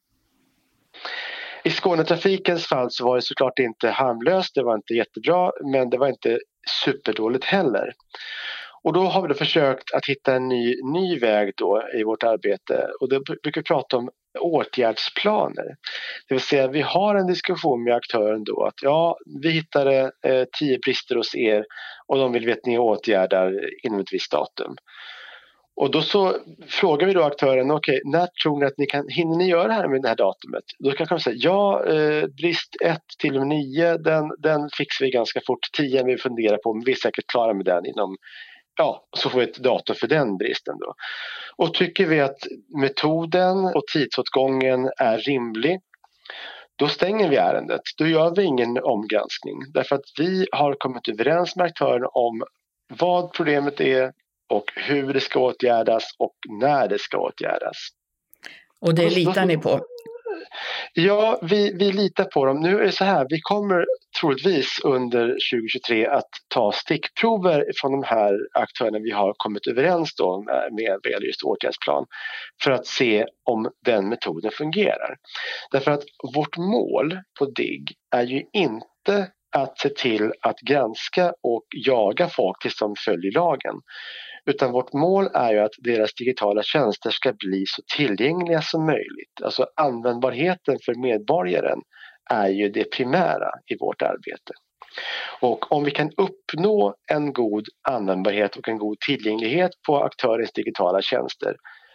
I Skånetrafikens fall så var det såklart inte harmlöst, det var inte jättebra, men det var inte superdåligt heller. Och då har vi då försökt att hitta en ny, ny väg då i vårt arbete, och då brukar vi prata om åtgärdsplaner. Det vill säga vi har en diskussion med aktören då att ja, vi hittade eh, tio brister hos er och de vill veta att ni åtgärdar inom ett visst datum. Och då så frågar vi då aktören, okej, okay, när tror ni att ni kan, hinner ni göra det här med det här datumet? Då kan de säga, ja, eh, brist ett till och med nio, den, den fixar vi ganska fort, tio vi funderar på, men vi är säkert klara med den inom, ja, så får vi ett datum för den bristen då. Och tycker vi att metoden och tidsåtgången är rimlig, då stänger vi ärendet. Då gör vi ingen omgranskning. Därför att vi har kommit överens med aktören om vad problemet är och hur det ska åtgärdas och när det ska åtgärdas. Och det litar ni på? Ja, vi, vi litar på dem. Nu är det så här, vi kommer troligtvis under tjugohundratjugotre att ta stickprover från de här aktörerna vi har kommit överens då med vad gäller just åtgärdsplan för att se om den metoden fungerar. Därför att vårt mål på D I G är ju inte att se till att granska och jaga folk tills de följer lagen. Utan vårt mål är ju att deras digitala tjänster ska bli så tillgängliga som möjligt. Alltså användbarheten för medborgaren är ju det primära i vårt arbete. Och om vi kan uppnå en god användbarhet och en god tillgänglighet på aktörens digitala tjänster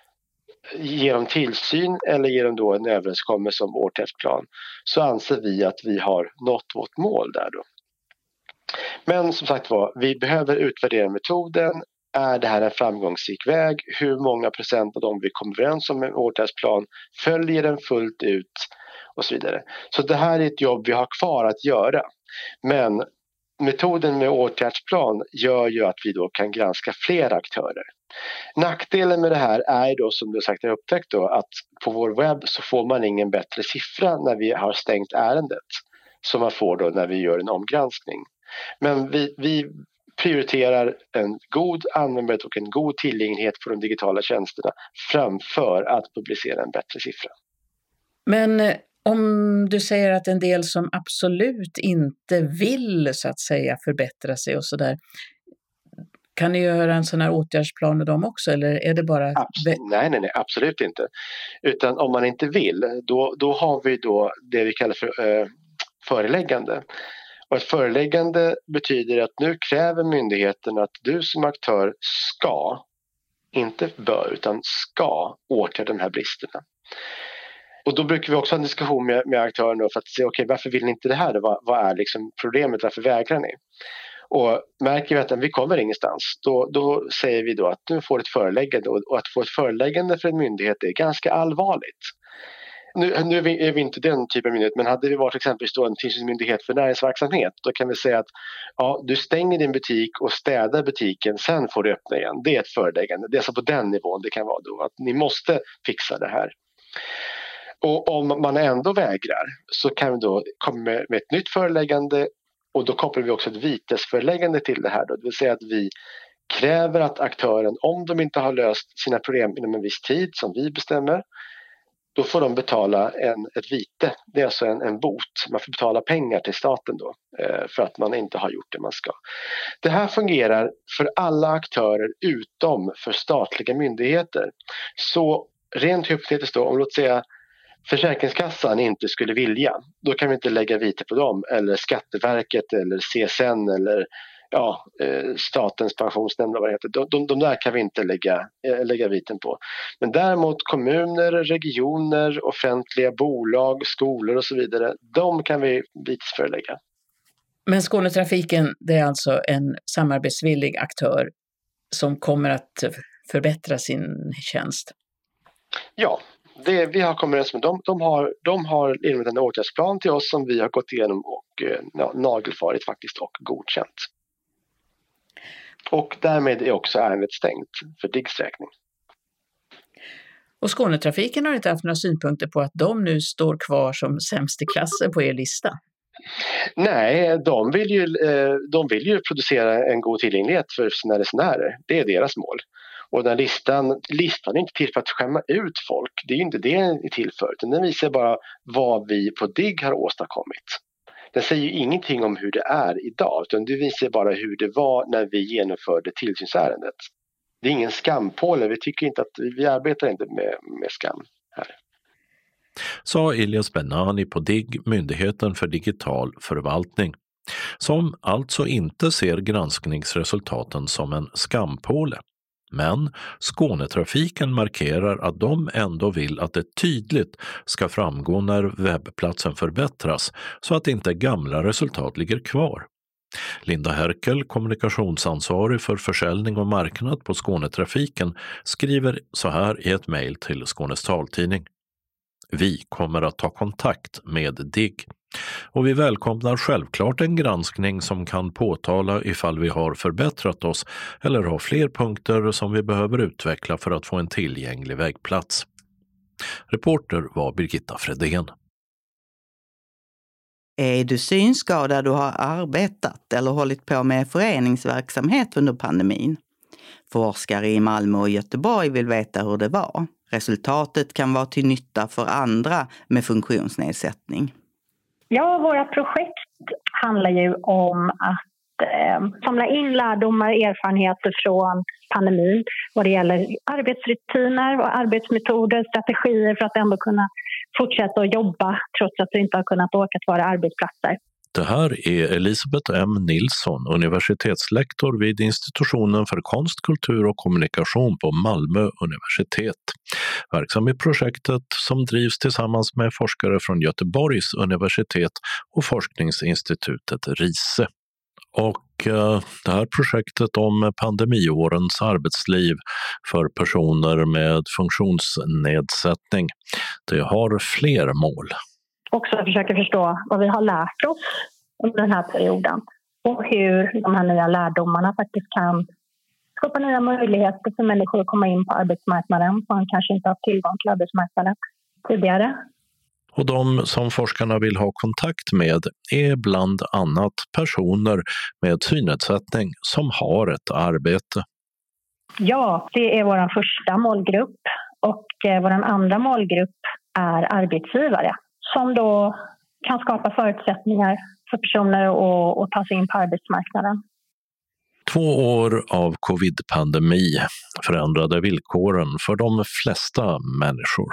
genom tillsyn eller genom då en överenskommelse om åtgärdsplan, så anser vi att vi har nått vårt mål där då. Men som sagt var, vi behöver utvärdera metoden. Är det här en framgångsrik väg? Hur många procent av dem vi kommer överens om en åtgärdsplan följer den fullt ut och så vidare. Så det här är ett jobb vi har kvar att göra. Men metoden med åtgärdsplan gör ju att vi då kan granska fler aktörer. Nackdelen med det här är då, som du sagt har upptäckt då, att på vår webb så får man ingen bättre siffra när vi har stängt ärendet som man får då när vi gör en omgranskning. Men vi, vi prioriterar en god användbarhet och en god tillgänglighet på de digitala tjänsterna framför att publicera en bättre siffra. Men om du säger att en del som absolut inte vill så att säga förbättra sig och sådär, kan ni göra en sån här åtgärdsplan med dem också, eller är det bara... Absolut, nej, nej, nej, absolut inte. Utan om man inte vill, då, då har vi då det vi kallar för eh, föreläggande. Och ett föreläggande betyder att nu kräver myndigheten att du som aktör ska, inte bör, utan ska åtgärda de här bristerna. Och då brukar vi också ha en diskussion med, med aktören då för att se, okej, okay, varför vill ni inte det här? Vad, vad är liksom problemet? Varför vägrar ni? Och märker vi att vi kommer ingenstans, då, då säger vi då att nu får ett föreläggande. Och, och att få ett föreläggande för en myndighet är ganska allvarligt. Nu, nu är, vi, är vi inte den typen av myndighet, men hade vi varit exempelvis då en tillsynsmyndighet för näringsverksamhet, då kan vi säga att ja, du stänger din butik och städar butiken, sen får du öppna igen. Det är ett föreläggande. Det är alltså på den nivån det kan vara då, att ni måste fixa det här. Och om man ändå vägrar så kan vi då komma med, med ett nytt föreläggande, och då kopplar vi också ett vitesföreläggande till det här då. Det vill säga att vi kräver att aktören, om de inte har löst sina problem inom en viss tid som vi bestämmer, då får de betala en, ett vite. Det är alltså en, en bot. Man får betala pengar till staten då eh, för att man inte har gjort det man ska. Det här fungerar för alla aktörer utom för statliga myndigheter. Så rent hypotetiskt då, om låt säga Försäkringskassan inte skulle vilja, då kan vi inte lägga vite på dem, eller Skatteverket eller C S N eller ja, Statens pensionsnämnd, vad det heter. De, de, de där kan vi inte lägga, lägga viten på. Men däremot kommuner, regioner, offentliga bolag, skolor och så vidare, de kan vi vitesförelägga. Men Skånetrafiken, det är alltså en samarbetsvillig aktör som kommer att förbättra sin tjänst? Ja. Det, vi har kommit överens med dem. De har, de har inlett en åtgärdsplan till oss som vi har gått igenom och eh, nagelfarit faktiskt och godkänt. Och därmed är också ärendet stängt för D I G:s räkning. Och Skånetrafiken har inte haft några synpunkter på att de nu står kvar som sämst i klassen på er lista? Nej, de vill ju, eh, de vill ju producera en god tillgänglighet för sina resenärer. Det är deras mål. Och den listan, listan är inte till för att skämma ut folk. Det är ju inte det den är till för. Utan den visar bara vad vi på D I G har åstadkommit. Den säger ju ingenting om hur det är idag. Utan det visar bara hur det var när vi genomförde tillsynsärendet. Det är ingen skampåle. Vi tycker inte att vi arbetar inte med, med skam här. Sa Ilyas Benani på D I G, Myndigheten för digital förvaltning, som alltså inte ser granskningsresultaten som en skampåle. Men Skånetrafiken markerar att de ändå vill att det tydligt ska framgå när webbplatsen förbättras så att inte gamla resultat ligger kvar. Linda Herkel, kommunikationsansvarig för försäljning och marknad på Skånetrafiken, skriver så här i ett mejl till Skånes taltidning. Vi kommer att ta kontakt med D I G. Och vi välkomnar självklart en granskning som kan påtala ifall vi har förbättrat oss eller har fler punkter som vi behöver utveckla för att få en tillgänglig vägplats. Reporter var Birgitta Fredén. Är du synskadad och har arbetat eller hållit på med föreningsverksamhet under pandemin? Forskare i Malmö och Göteborg vill veta hur det var. Resultatet kan vara till nytta för andra med funktionsnedsättning. Ja, våra projekt handlar ju om att eh, samla in lärdomar och erfarenheter från pandemin vad det gäller arbetsrutiner och arbetsmetoder, strategier för att ändå kunna fortsätta att jobba trots att vi inte har kunnat åka till våra arbetsplatser. Det här är Elisabeth M. Nilsson, universitetslektor vid Institutionen för konst, kultur och kommunikation på Malmö universitet. Verksam i projektet som drivs tillsammans med forskare från Göteborgs universitet och forskningsinstitutet RISE. Och eh, det här projektet om pandemiårens arbetsliv för personer med funktionsnedsättning, det har fler mål. Också försöka förstå vad vi har lärt oss under den här perioden och hur de här nya lärdomarna faktiskt kan skapa nya möjligheter för människor att komma in på arbetsmarknaden som kanske inte har tillgång till arbetsmarknaden tidigare. Och de som forskarna vill ha kontakt med är bland annat personer med synnedsättning som har ett arbete. Ja, det är vår första målgrupp och vår andra målgrupp är arbetsgivare som då kan skapa förutsättningar för personer att, att ta sig in på arbetsmarknaden. Två år av covid-pandemi förändrade villkoren för de flesta människor.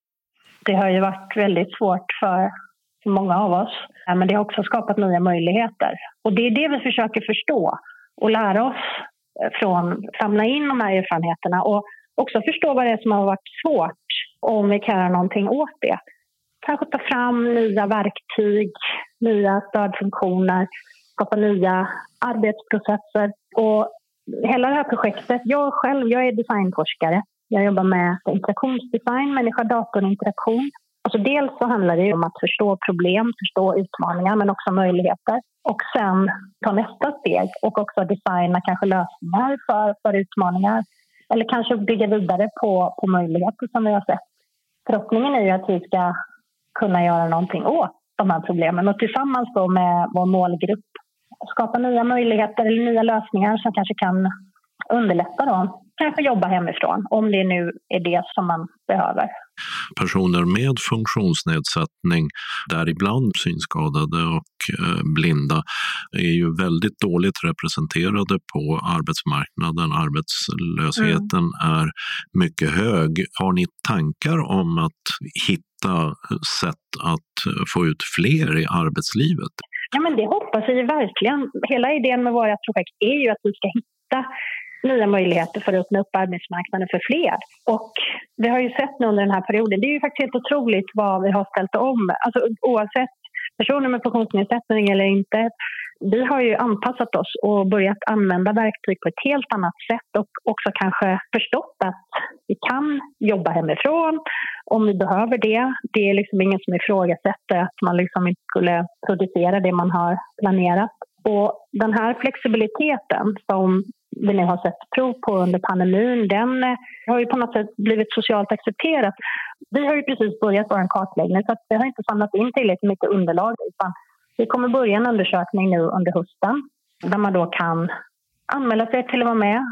Det har ju varit väldigt svårt för många av oss, men det har också skapat nya möjligheter. Och det är det vi försöker förstå och lära oss från, samla in de här erfarenheterna och också förstå vad det är som har varit svårt om vi kan göra någonting åt det. Kanske ta fram nya verktyg, nya stödfunktioner, skapa nya arbetsprocesser. Och hela det här projektet, jag själv, jag är designforskare. Jag jobbar med interaktionsdesign, människa-datorinteraktion. Alltså dels så handlar det om att förstå problem, förstå utmaningar men också möjligheter. Och sen ta nästa steg och också designa kanske lösningar för, för utmaningar. Eller kanske bygga vidare på, på möjligheter som vi har sett. Förhoppningen är ju att vi ska kunna göra någonting åt de här problemen och tillsammans då med vår målgrupp skapa nya möjligheter eller nya lösningar som kanske kan underlätta då. Kanske jobba hemifrån om det nu är det som man behöver. Personer med funktionsnedsättning, däribland synskadade och eh, blinda, är ju väldigt dåligt representerade på arbetsmarknaden. Arbetslösheten mm. är mycket hög. Har ni tankar om att hitta sätt att få ut fler i arbetslivet? Ja, men det hoppas vi verkligen. Hela idén med våra projekt är ju att vi ska hitta nya möjligheter för att öppna upp arbetsmarknaden för fler. Och vi har ju sett nu under den här perioden, det är ju faktiskt helt otroligt vad vi har ställt om. Alltså oavsett personer med funktionsnedsättning eller inte. Vi har ju anpassat oss och börjat använda verktyg på ett helt annat sätt och också kanske förstått att vi kan jobba hemifrån om vi behöver det. Det är liksom ingen som ifrågasätter att man liksom inte skulle producera det man har planerat. Och den här flexibiliteten som vi nu har sett prov på under pandemin, den har ju på något sätt blivit socialt accepterat. Vi har ju precis börjat vår kartläggning så att vi har inte samlat in tillräckligt mycket underlag utan vi kommer börja en undersökning nu under hösten där man då kan anmäla sig till att vara med.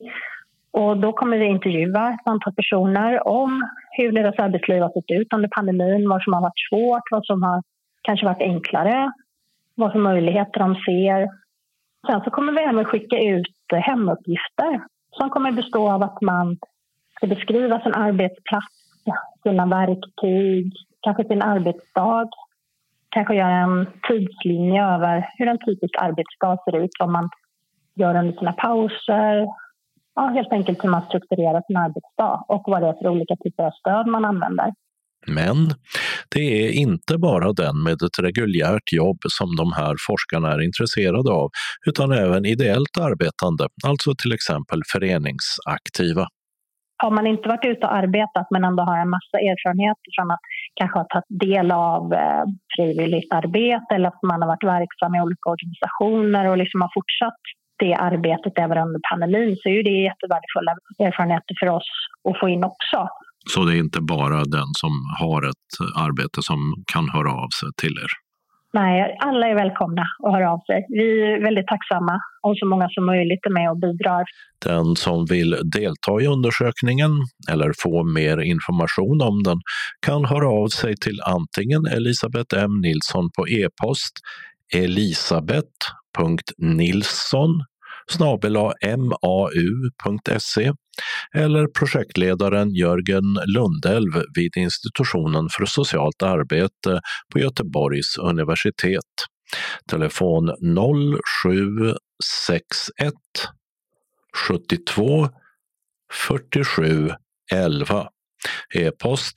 Och då kommer vi intervjua ett antal personer om hur deras arbetsliv har sett ut under pandemin, vad som har varit svårt, vad som har kanske varit enklare, vad för möjligheter de ser. Sen så kommer vi även skicka ut hemuppgifter som kommer bestå av att man ska beskriva sin arbetsplats, sina verktyg, kanske sin arbetsdag. Kanske göra en tidslinje över hur en typisk arbetsdag ser ut, vad man gör under sina pauser. Ja, helt enkelt hur man strukturerar sin arbetsdag och vad det är för olika typer av stöd man använder. Men det är inte bara den med ett reguljärt jobb som de här forskarna är intresserade av, utan även ideellt arbetande, alltså till exempel föreningsaktiva. Har man inte varit ute och arbetat men ändå har en massa erfarenhet från att kanske ha tagit del av eh, frivilligt arbete eller att man har varit verksam i olika organisationer och liksom har fortsatt det arbetet även under pandemin, så är det jättevärdefulla erfarenheter för oss att få in också. Så det är inte bara den som har ett arbete som kan höra av sig till er? Nej, alla är välkomna att höra av sig. Vi är väldigt tacksamma om så många som möjligt är med och bidrar. Den som vill delta i undersökningen eller få mer information om den kan höra av sig till antingen Elisabeth M. Nilsson på e-post elisabeth punkt nilsson snabel-a m a u punkt se eller projektledaren Jörgen Lundelv vid Institutionen för socialt arbete på Göteborgs universitet. Telefon noll sju sex ett sjuttiotvå fyrtiosju elva. E-post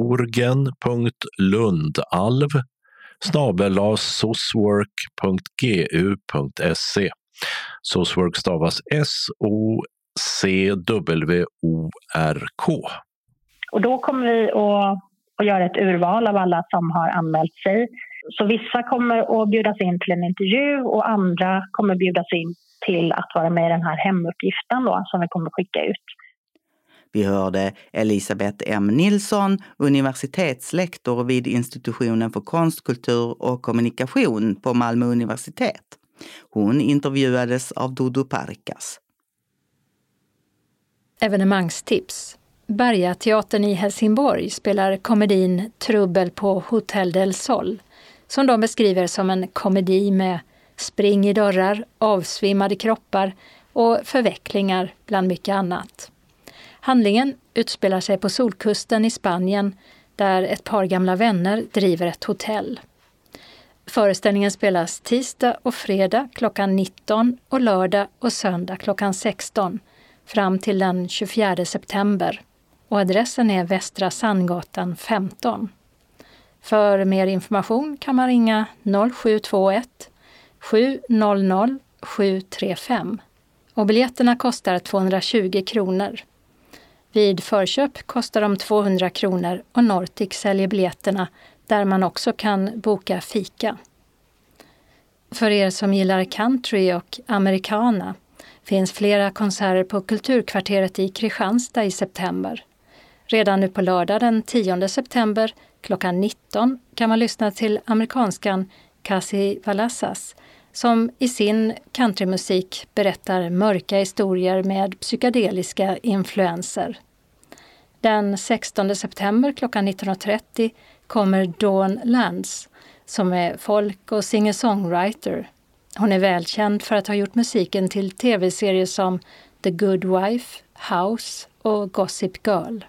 jorgen.lundalv snabel-a soswork punkt g u punkt se. Soswork stavas S O C W O R K. Och då kommer vi att, att göra ett urval av alla som har anmält sig. Så vissa kommer att bjudas in till en intervju och andra kommer bjudas in till att vara med i den här hemuppgiften då, som vi kommer skicka ut. Vi hörde Elisabeth M. Nilsson, universitetslektor vid institutionen för konst, kultur och kommunikation på Malmö universitet. Hon intervjuades av Dodo Parkas. Evenemangstips. Bergateatern i Helsingborg spelar komedin Trubbel på Hotel del Sol, som de beskriver som en komedi med spring i dörrar, avsvimmade kroppar och förvecklingar bland mycket annat. Handlingen utspelar sig på solkusten i Spanien där ett par gamla vänner driver ett hotell. Föreställningen spelas tisdag och fredag klockan nitton och lördag och söndag klockan sexton fram till den tjugofjärde september och adressen är Västra Sandgatan femton. För mer information kan man ringa noll sju två ett sju noll noll sju tre fem och biljetterna kostar tvåhundratjugo kronor. Vid förköp kostar de tvåhundra kronor och Nortic säljer biljetterna där man också kan boka fika. För er som gillar country och americana finns flera konserter på Kulturkvarteret i Kristianstad i september. Redan nu på lördag den tionde september klockan nitton kan man lyssna till amerikanskan Cassie Valassas som i sin countrymusik berättar mörka historier med psykedeliska influenser. Den sextonde september klockan nitton trettio kommer Dawn Lance som är folk- och singer-songwriter. Hon är välkänd för att ha gjort musiken till tv-serier som The Good Wife, House och Gossip Girl.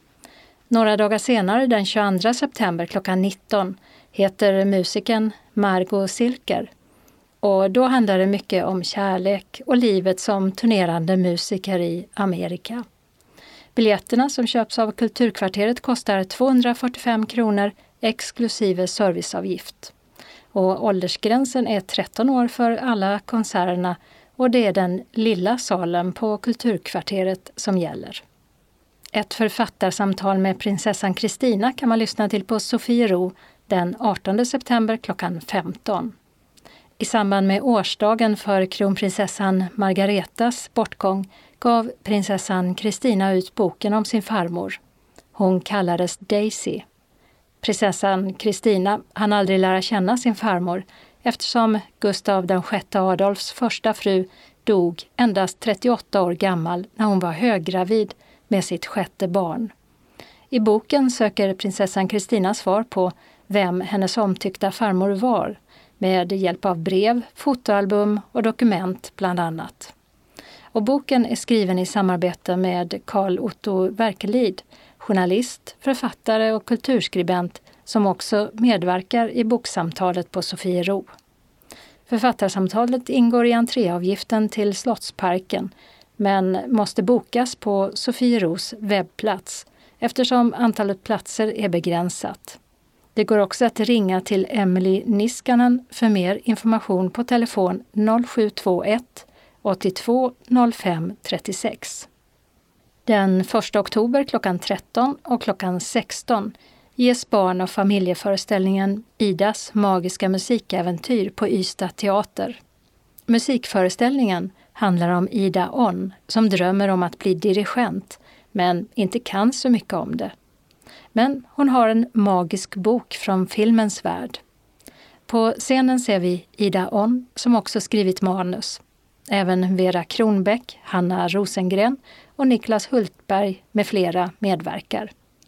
Några dagar senare, den tjugoandra september klockan nitton, heter musiken Margot Silker. Och då handlar det mycket om kärlek och livet som turnerande musiker i Amerika. Biljetterna som köps av Kulturkvarteret kostar tvåhundrafyrtiofem kronor exklusive serviceavgift. Och åldersgränsen är tretton år för alla konserterna och det är den lilla salen på Kulturkvarteret som gäller. Ett författarsamtal med prinsessan Kristina kan man lyssna till på Sofiero den artonde september klockan femton. I samband med årsdagen för kronprinsessan Margaretas bortgång gav prinsessan Kristina ut boken om sin farmor. Hon kallades Daisy. Prinsessan Kristina hann aldrig lära känna sin farmor eftersom Gustav den sjätte Adolfs första fru dog endast trettioåtta år gammal när hon var höggravid med sitt sjätte barn. I boken söker prinsessan Kristina svar på vem hennes omtyckta farmor var med hjälp av brev, fotoalbum och dokument bland annat. Och boken är skriven i samarbete med Carl Otto Werkelid, journalist, författare och kulturskribent som också medverkar i boksamtalet på Sofiero. Författarsamtalet ingår i entréavgiften till Slottsparken men måste bokas på Sofieros webbplats eftersom antalet platser är begränsat. Det går också att ringa till Emily Niskanen för mer information på telefon noll sju två ett åttiotvå noll fem trettiosex. Den första oktober klockan tretton och klockan sexton ges barn- och familjeföreställningen Idas magiska musikäventyr på Ystad teater. Musikföreställningen handlar om Ida On som drömmer om att bli dirigent men inte kan så mycket om det. Men hon har en magisk bok från filmens värld. På scenen ser vi Ida On som också skrivit manus. Även Vera Kronbäck, Hanna Rosengren och Niklas Hultberg med flera medverkar.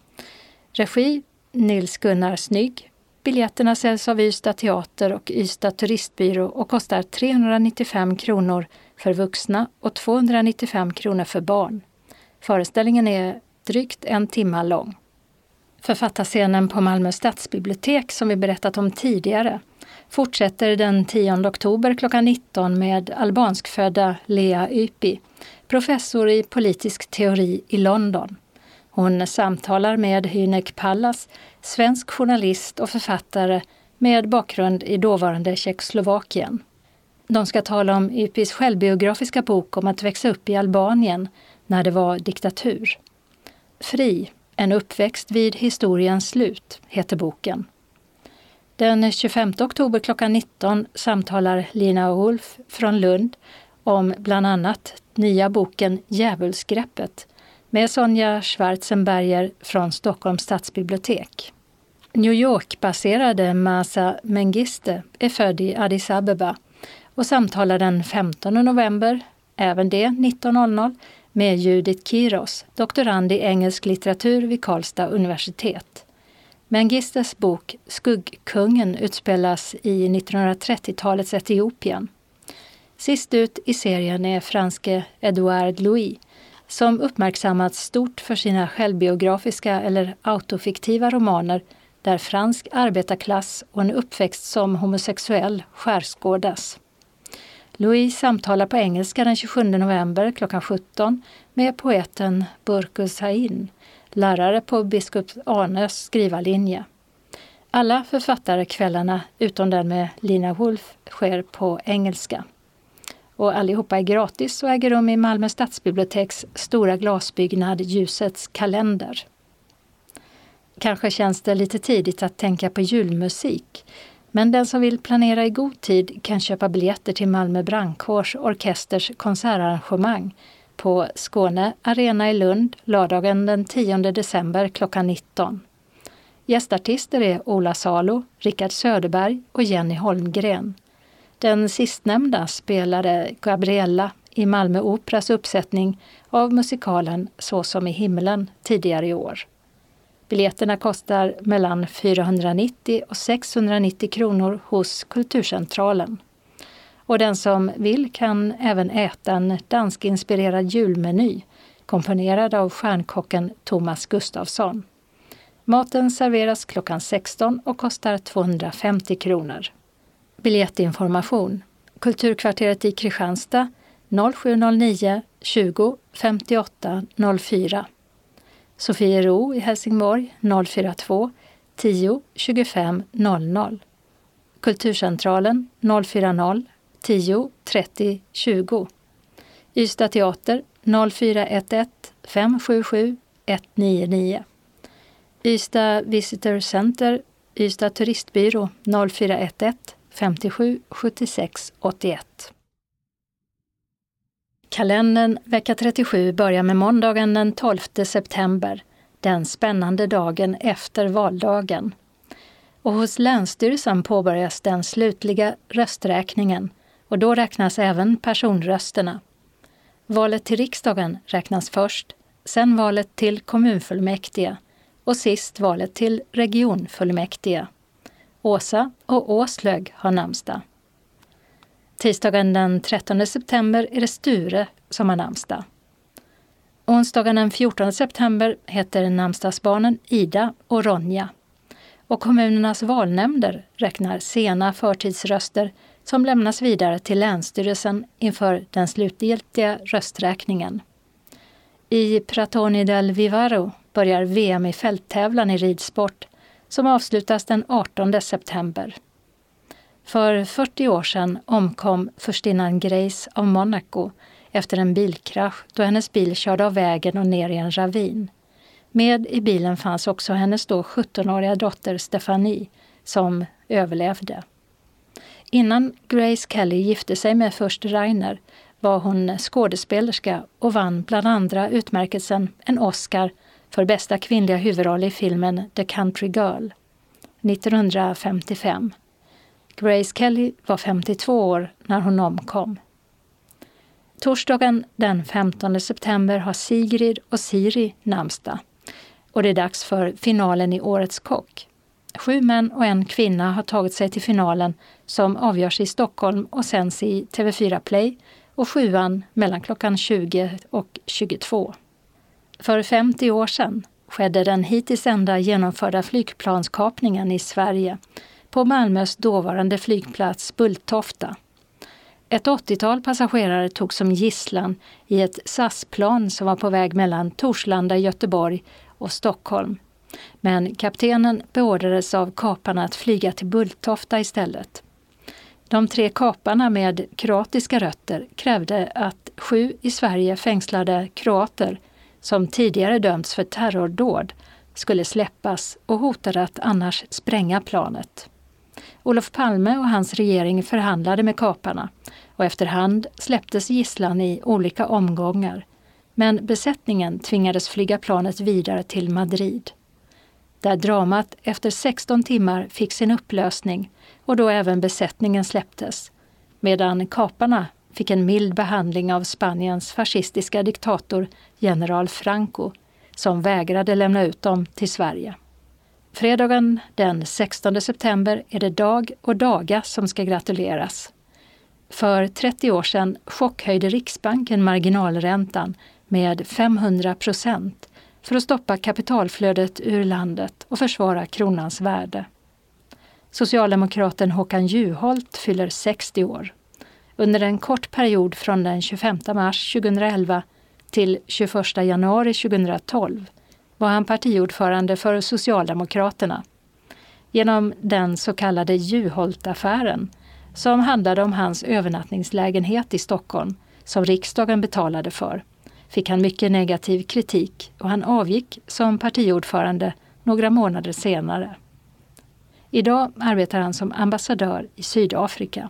Regi Nils Gunnar Snygg. Biljetterna säljs av Ystad teater och Ystad turistbyrå och kostar trehundranittiofem kronor för vuxna och tvåhundranittiofem kronor för barn. Föreställningen är drygt en timme lång. Författarscenen på Malmö stadsbibliotek som vi berättat om tidigare fortsätter den tionde oktober klockan nitton med albanskfödda Lea Ypi, professor i politisk teori i London. Hon samtalar med Hynek Pallas, svensk journalist och författare med bakgrund i dåvarande Tjeckoslovakien. De ska tala om Ypis självbiografiska bok om att växa upp i Albanien när det var diktatur. Fri, en uppväxt vid historiens slut, heter boken. Den tjugofemte oktober klockan nitton samtalar Lina och Ulf från Lund om bland annat nya boken Djävulsgreppet med Sonja Schwarzenberger från Stockholms stadsbibliotek. New York-baserade Mahsa Mengiste är född i Addis Abeba och samtalar den femtonde november, även det nitton noll noll, med Judith Kiros, doktorand i engelsk litteratur vid Karlstad universitet. Mengistes bok Skuggkungen utspelas i nittonhundratrettiotalets Etiopien. Sist ut i serien är franske Edouard Louis, som uppmärksammats stort för sina självbiografiska eller autofiktiva romaner där fransk arbetarklass och en uppväxt som homosexuell skärskådas. Louis samtalar på engelska den tjugosjunde november klockan sjutton med poeten Burkus Sain, lärare på biskop Arnös skrivarlinje. Alla författarekvällarna utom den med Lina Wolf sker på engelska. Och allihopa är gratis och äger rum i Malmö stadsbiblioteks stora glasbyggnad Ljusets kalender. Kanske känns det lite tidigt att tänka på julmusik, men den som vill planera i god tid kan köpa biljetter till Malmö brandkårs orkesters konsertarrangemang på Skåne Arena i Lund lördagen den tionde december klockan nitton. Gästartister är Ola Salo, Rickard Söderberg och Jenny Holmgren. Den sistnämnda spelade Gabriella i Malmö Operas uppsättning av musikalen Så som i himlen tidigare i år. Biljetterna kostar mellan fyrahundranittio och sexhundranittio kronor hos Kulturcentralen. Och den som vill kan även äta en danskinspirerad julmeny komponerad av stjärnkocken Thomas Gustafsson. Maten serveras klockan sexton och kostar tvåhundrafemtio kronor. Biljettinformation. Kulturkvarteret i Kristianstad noll sju noll nio tjugo femtioåtta noll fyra. Sofiero i Helsingborg noll fyra två tio tjugofem noll noll. Kulturcentralen noll fyra noll tio trettio tjugo. Ystad teater noll fyra ett ett fem sju sju ett nio nio. Ystad Visitor Center, Ystad turistbyrå noll fyra ett ett femtiosju sjuttiosex åttioett. Kalendern vecka trettiosju börjar med måndagen den tolfte september, den spännande dagen efter valdagen. Och hos Länsstyrelsen påbörjas den slutliga rösträkningen och då räknas även personrösterna. Valet till riksdagen räknas först, sen valet till kommunfullmäktige och sist valet till regionfullmäktige. Åsa och Åslög har namnsdag. Tisdagen den trettonde september är det Sture som har namnsdag. Onsdagen den fjortonde september heter namnsdagsbarnen Ida och Ronja. Och kommunernas valnämnder räknar sena förtidsröster som lämnas vidare till Länsstyrelsen inför den slutgiltiga rösträkningen. I Pratoni del Vivaro börjar V M i fälttävlan i ridsport som avslutas den artonde september. För fyrtio år sedan omkom furstinnan Grace av Monaco efter en bilkrasch då hennes bil körde av vägen och ner i en ravin. Med i bilen fanns också hennes då sjuttonåriga dotter Stephanie som överlevde. Innan Grace Kelly gifte sig med först Rainer var hon skådespelerska och vann bland andra utmärkelsen en Oscar för bästa kvinnliga huvudroll i filmen The Country Girl nittonhundrafemtiofem. Grace Kelly var femtiotvå år när hon omkom. Torsdagen den femtonde september har Sigrid och Siri namnsdag. Och det är dags för finalen i Årets kock. Sju män och en kvinna har tagit sig till finalen som avgörs i Stockholm och sänds i T V fyra Play och sjuan mellan klockan tjugo och tjugotvå. För femtio år sedan, skedde den hittills enda genomförda flygplanskapningen i Sverige på Malmös dåvarande flygplats Bulltofta. Ett åttiotal passagerare tog som gisslan i ett S A S-plan som var på väg mellan Torslanda, Göteborg och Stockholm. Men kaptenen beordrades av kaparna att flyga till Bulltofta istället. De tre kaparna med kroatiska rötter krävde att sju i Sverige fängslade kroater som tidigare dömts för terrordåd skulle släppas och hotade att annars spränga planet. Olof Palme och hans regering förhandlade med kaparna och efterhand släpptes gisslan i olika omgångar. Men besättningen tvingades flyga planet vidare till Madrid. Där dramat efter sexton timmar fick sin upplösning och då även besättningen släpptes, medan kaparna fick en mild behandling av Spaniens fascistiska diktator general Franco, som vägrade lämna ut dem till Sverige. Fredagen den sextonde september är det Dag och Daga som ska gratuleras. För trettio år sedan chockhöjde Riksbanken marginalräntan med femhundra procent för att stoppa kapitalflödet ur landet och försvara kronans värde. Socialdemokraten Håkan Juholt fyller sextio år. Under en kort period från den tjugofemte mars tjugohundraelva till tjugoförsta januari tjugohundratolv var han partiordförande för Socialdemokraterna. Genom den så kallade Juholt-affären, som handlade om hans övernattningslägenhet i Stockholm, som riksdagen betalade för, fick han mycket negativ kritik och han avgick som partiordförande några månader senare. Idag arbetar han som ambassadör i Sydafrika.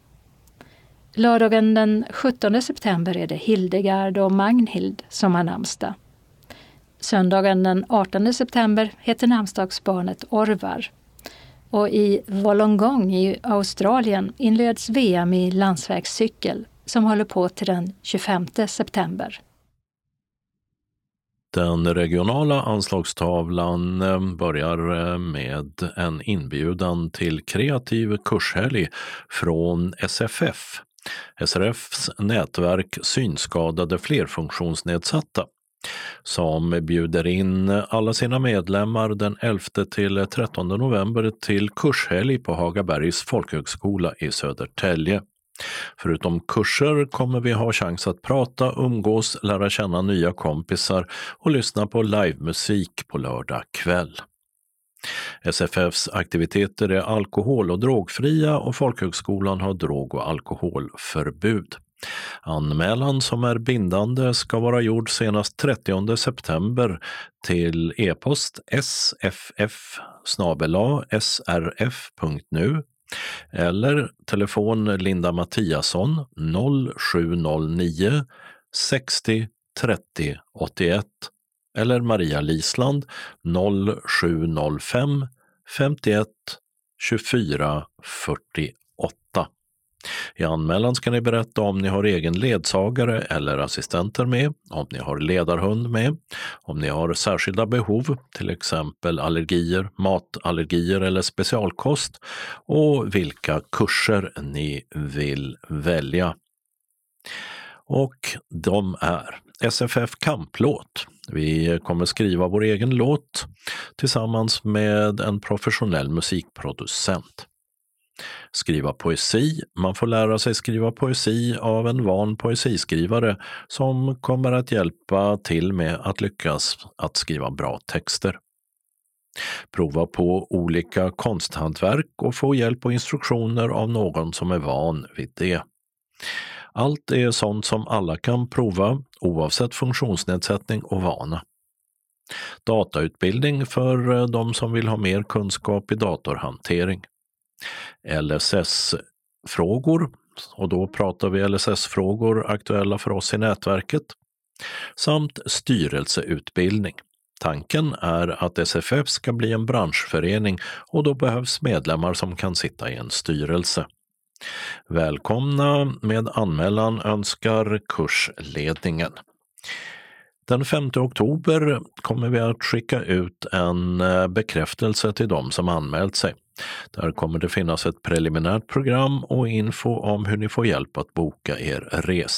Lördagen den sjuttonde september är det Hildegard och Magnhild som har namnsdag. Söndagen den artonde september heter namnsdagsbarnet Orvar. Och i Wollongong i Australien inleds V M i landsvägscykel som håller på till den tjugofemte september. Den regionala anslagstavlan börjar med en inbjudan till kreativ kurshelg från S F F, S R F:s nätverk synskadade flerfunktionsnedsatta, som bjuder in alla sina medlemmar den elfte till trettonde november till kurshelg på Hagabergs folkhögskola i Södertälje. Förutom kurser kommer vi ha chans att prata, umgås, lära känna nya kompisar och lyssna på livemusik på lördag kväll. S F F:s aktiviteter är alkohol- och drogfria och folkhögskolan har drog- och alkoholförbud. Anmälan som är bindande ska vara gjord senast trettionde september till e-post sff snabel-a srf punkt nu eller telefon Linda Mattiasson noll sju noll nio sextio trettio åttioett eller Maria Lisland noll sju noll fem femtioett tjugofyra fyrtioåtta. I anmälan ska ni berätta om ni har egen ledsagare eller assistenter med, om ni har ledarhund med, om ni har särskilda behov, till exempel allergier, matallergier eller specialkost, och vilka kurser ni vill välja. Och de är S F F kamplåt. Vi kommer skriva vår egen låt tillsammans med en professionell musikproducent. Skriva poesi. Man får lära sig skriva poesi av en van poesiskrivare som kommer att hjälpa till med att lyckas att skriva bra texter. Prova på olika konsthantverk och få hjälp och instruktioner av någon som är van vid det. Allt är sånt som alla kan prova oavsett funktionsnedsättning och vana. Datautbildning för de som vill ha mer kunskap i datorhantering. L S S-frågor, och då pratar vi L S S-frågor aktuella för oss i nätverket, samt styrelseutbildning. Tanken är att S F F ska bli en branschförening och då behövs medlemmar som kan sitta i en styrelse. Välkomna med anmälan önskar kursledningen. Den femte oktober kommer vi att skicka ut en bekräftelse till de som anmält sig. Där kommer det finnas ett preliminärt program och info om hur ni får hjälp att boka er resa.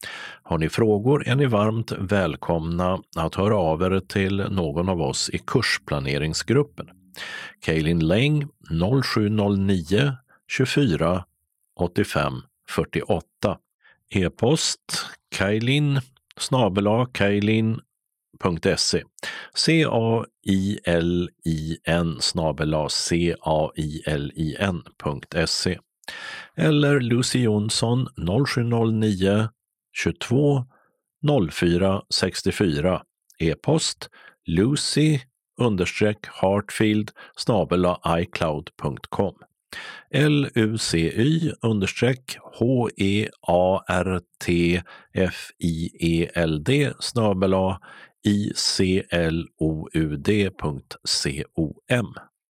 Har ni frågor är ni varmt välkomna att höra av er till någon av oss i kursplaneringsgruppen. Kaylin Lang noll sju noll nio tjugofyra åttiofem fyrtioåtta. E-post kailin snabel-a kailin.se C A I L I N snabel-a C A I L I N.se eller Lucy Jonsson noll sju noll nio tjugotvå noll fyra sextiofyra. E-post lucy understreck hartfield snabel-a icloud punkt com L U C Y understreck H E A R T F I E L D snabel-a I C L O U D punkt com.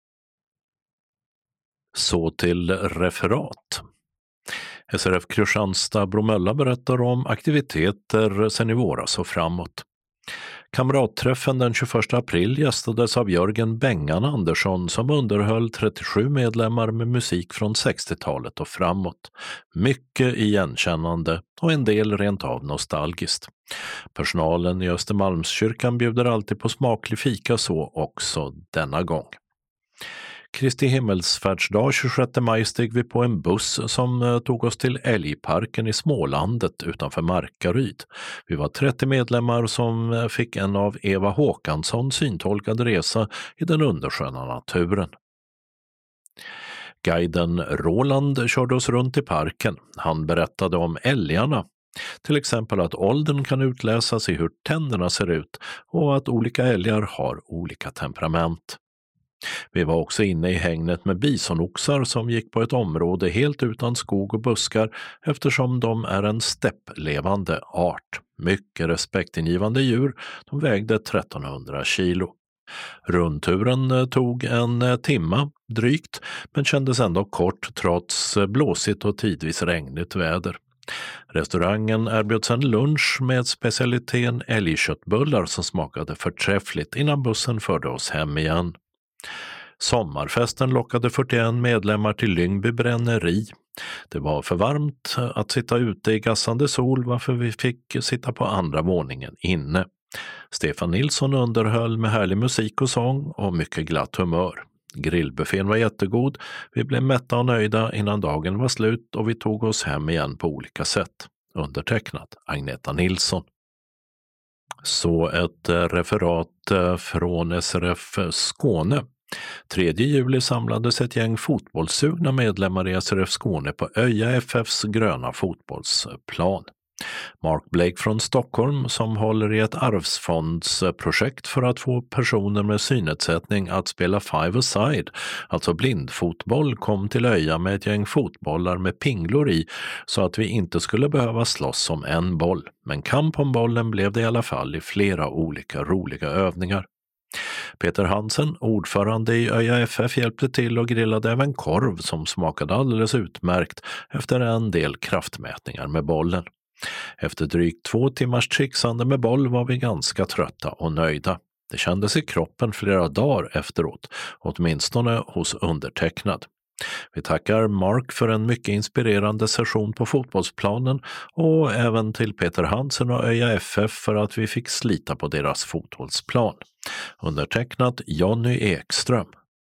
Så till referat. S R F Kristianstad Bromölla berättar om aktiviteter sedan i våras och framåt. Kamratträffen den tjugoförsta april gästades av Jörgen Bengan Andersson som underhöll trettiosju medlemmar med musik från sextiotalet och framåt. Mycket igenkännande och en del rent av nostalgiskt. Personalen i Östermalmskyrkan bjuder alltid på smaklig fika, så också denna gång. Kristi himmelsfärdsdag tjugosjätte maj steg vi på en buss som tog oss till Älgparken i Smålandet utanför Markaryd. Vi var trettio medlemmar som fick en av Eva Håkansson syntolkad resa i den undersköna naturen. Guiden Roland körde oss runt i parken. Han berättade om älgarna. Till exempel att åldern kan utläsas i hur tänderna ser ut och att olika älgar har olika temperament. Vi var också inne i hägnet med bisonoxar som gick på ett område helt utan skog och buskar eftersom de är en stäpplevande art. Mycket respektingivande djur, de vägde trettonhundra kilo. Rundturen tog en timma drygt men kändes ändå kort trots blåsigt och tidvis regnigt väder. Restaurangen erbjöd sedan lunch med specialiteten älgköttbullar som smakade förträffligt innan bussen förde oss hem igen. Sommarfesten lockade fyrtioen medlemmar till Lyngby bränneri. Det var för varmt att sitta ute i gassande sol varför vi fick sitta på andra våningen inne. Stefan Nilsson underhöll med härlig musik och sång och mycket glatt humör. Grillbuffén var jättegod, vi blev mätta och nöjda innan dagen var slut och vi tog oss hem igen på olika sätt. Undertecknat Agneta Nilsson. Så ett referat från S R F Skåne. tredje juli samlades ett gäng fotbollssugna medlemmar i S R F Skåne på Öja F F:s gröna fotbollsplan. Mark Blake från Stockholm, som håller i ett arvsfondsprojekt för att få personer med synnedsättning att spela five-a-side, alltså blindfotboll, kom till Öja med ett gäng fotbollar med pinglor i så att vi inte skulle behöva slåss om en boll. Men kamp om bollen blev det i alla fall i flera olika roliga övningar. Peter Hansen, ordförande i Öja F F, hjälpte till och grillade även korv som smakade alldeles utmärkt efter en del kraftmätningar med bollen. Efter drygt två timmars trixande med boll var vi ganska trötta och nöjda. Det kändes i kroppen flera dagar efteråt, åtminstone hos undertecknad. Vi tackar Mark för en mycket inspirerande session på fotbollsplanen och även till Peter Hansen och Öja F F för att vi fick slita på deras fotbollsplan. Undertecknat Jonny Ekström.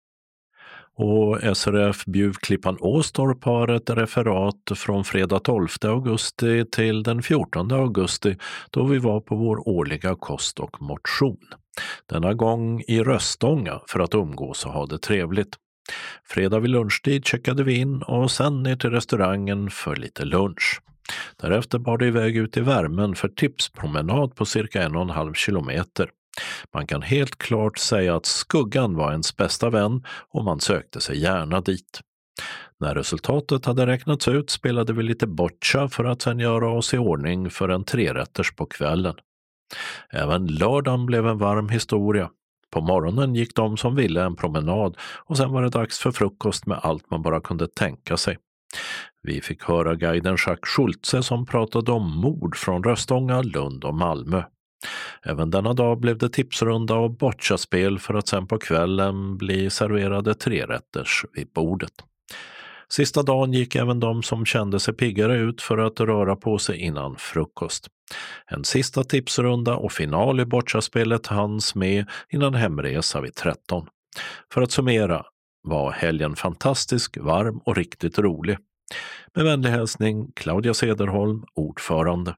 Och S R F Bjuvklippan Åstorp har ett referat från fredag tolfte augusti till den fjortonde augusti då vi var på vår årliga kost och motion. Denna gång i Röstånga för att umgås och ha det trevligt. Fredag vid lunchtid checkade vi in och sen ner till restaurangen för lite lunch. Därefter bar det iväg ut i värmen för tipspromenad på cirka en och en halv kilometer. Man kan helt klart säga att skuggan var ens bästa vän och man sökte sig gärna dit. När resultatet hade räknats ut spelade vi lite boccia för att sedan göra oss i ordning för en trerätters på kvällen. Även lördagen blev en varm historia. På morgonen gick de som ville en promenad och sen var det dags för frukost med allt man bara kunde tänka sig. Vi fick höra guiden Jacques Schultze som pratade om mord från Röstånga, Lund och Malmö. Även denna dag blev det tipsrunda och boccia-spel för att sen på kvällen bli serverade trerätters vid bordet. Sista dagen gick även de som kände sig piggare ut för att röra på sig innan frukost. En sista tipsrunda och final i bocciaspelet hanns med innan hemresa vid tretton. För att summera var helgen fantastisk, varm och riktigt rolig. Med vänlig hälsning Claudia Cederholm, ordförande.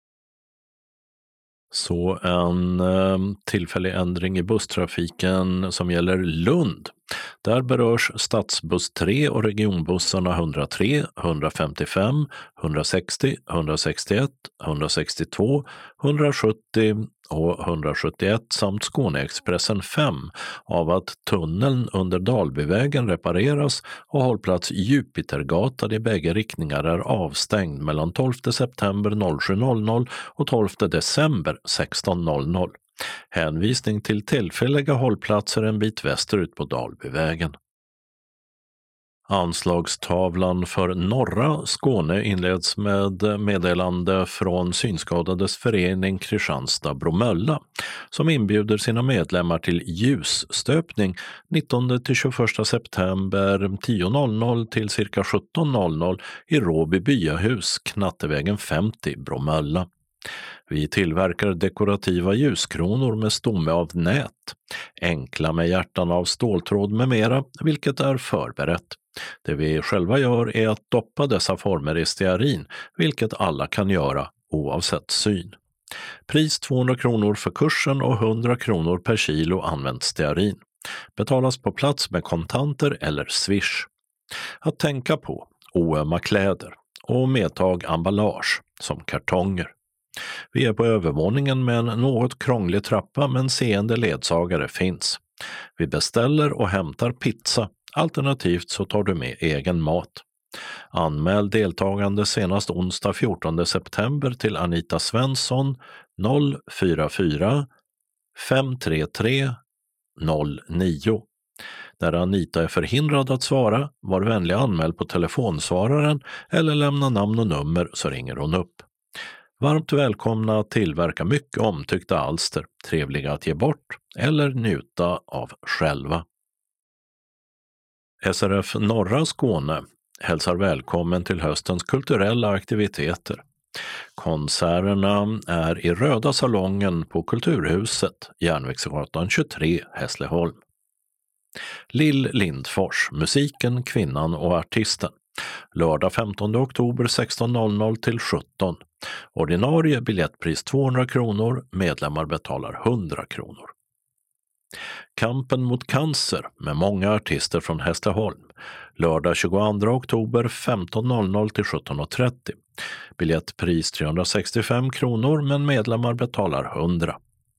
Så en eh, tillfällig ändring i busstrafiken som gäller Lund. Där berörs stadsbuss tre och regionbussarna hundratre, hundrafemtiofem, hundrasextio, hundrasextioett, hundrasextiotvå, hundrasjuttio och hundrasjuttioett samt Skåneexpressen fem av att tunneln under Dalbyvägen repareras och hållplats Jupitergatan i bägge riktningar är avstängd mellan tolfte september sju och tolfte december sexton. Hänvisning till tillfälliga hållplatser en bit västerut på Dalbyvägen. Anslagstavlan för norra Skåne inleds med meddelande från Synskadades förening Kristianstad-Bromölla som inbjuder sina medlemmar till ljusstöpning nittonde till tjugoförsta september tio till cirka sjutton i Råby byahus, Knattevägen femtio, Bromölla. Vi tillverkar dekorativa ljuskronor med stomme av nät, enkla med hjärtan av ståltråd med mera, vilket är förberett. Det vi själva gör är att doppa dessa former i stearin, vilket alla kan göra oavsett syn. Pris tvåhundra kronor för kursen och hundra kronor per kilo använt stearin. Betalas på plats med kontanter eller swish. Att tänka på: oömma kläder och medtag emballage som kartonger. Vi är på övervåningen med en något krånglig trappa, men seende ledsagare finns. Vi beställer och hämtar pizza, alternativt så tar du med egen mat. Anmäl deltagande senast onsdag fjortonde september till Anita Svensson noll fyra fyra fem tre tre noll nio. När Anita är förhindrad att svara, var vänlig anmäl på telefonsvararen eller lämna namn och nummer så ringer hon upp. Varmt välkomna att tillverka mycket omtyckta alster, trevliga att ge bort eller njuta av själva. S R F Norra Skåne hälsar välkommen till höstens kulturella aktiviteter. Konserterna är i Röda salongen på Kulturhuset, Järnvägsgatan tjugotre, Hässleholm. Lill Lindfors, musiken, kvinnan och artisten. Lördag femtonde oktober sexton till sjutton. Ordinarie biljettpris tvåhundra kronor, medlemmar betalar hundra kronor. Kampen mot cancer med många artister från Hässleholm. Lördag tjugoandra oktober femton till sjutton trettio. Biljettpris trehundrasextiofem kronor, men medlemmar betalar hundra.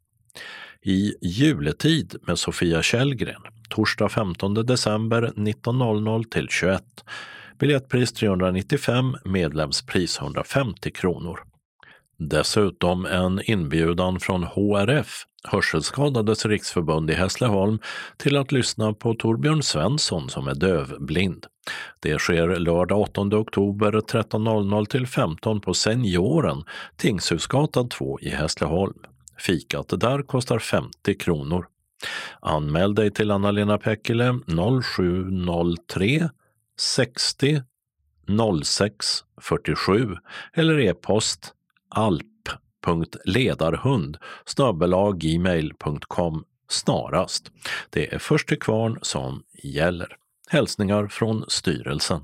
I juletid med Sofia Källgren. Torsdag femtonde december nitton till tjugoett. Biljettpris trehundranittiofem, medlemspris hundrafemtio kronor. Dessutom en inbjudan från H R F, Hörselskadades riksförbund i Hässleholm, till att lyssna på Torbjörn Svensson som är dövblind. Det sker lördag åttonde oktober tretton till femton på Senioren, Tingshusgatan två i Hässleholm. Fikat där kostar femtio kronor. Anmäl dig till Anna-Lena Pekkele noll sju noll tre sextio noll sex fyrtiosju eller e-post alp punkt ledarhund snabel-a gmail punkt com snarast. Det är först till kvarn som gäller. Hälsningar från styrelsen.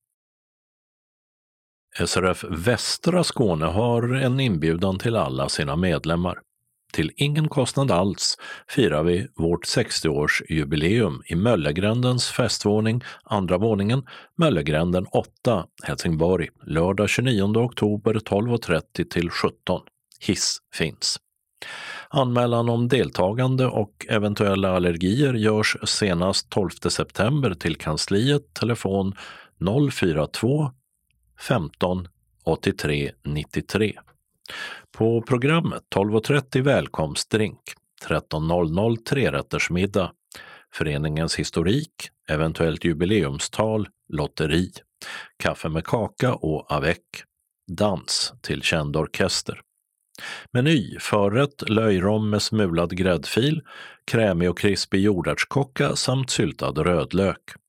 S R F Västra Skåne har en inbjudan till alla sina medlemmar. Till ingen kostnad alls firar vi vårt sextioårsjubileum i Möllegrändens festvåning, andra våningen, Möllegränden åtta, Helsingborg, lördag tjugonionde oktober tolv trettio till sjutton. Hiss finns. Anmälan om deltagande och eventuella allergier görs senast tolfte september till kansliet, telefon noll fyra två femton åttiotre nittiotre. På programmet tolv trettio välkomstdrink, tretton trerättersmiddag, föreningens historik, eventuellt jubileumstal, lotteri, kaffe med kaka och avec, dans till känd orkester. Meny: förrätt, löjrom med smulad gräddfil, krämig och krispig jordärtskocka samt syltad rödlök.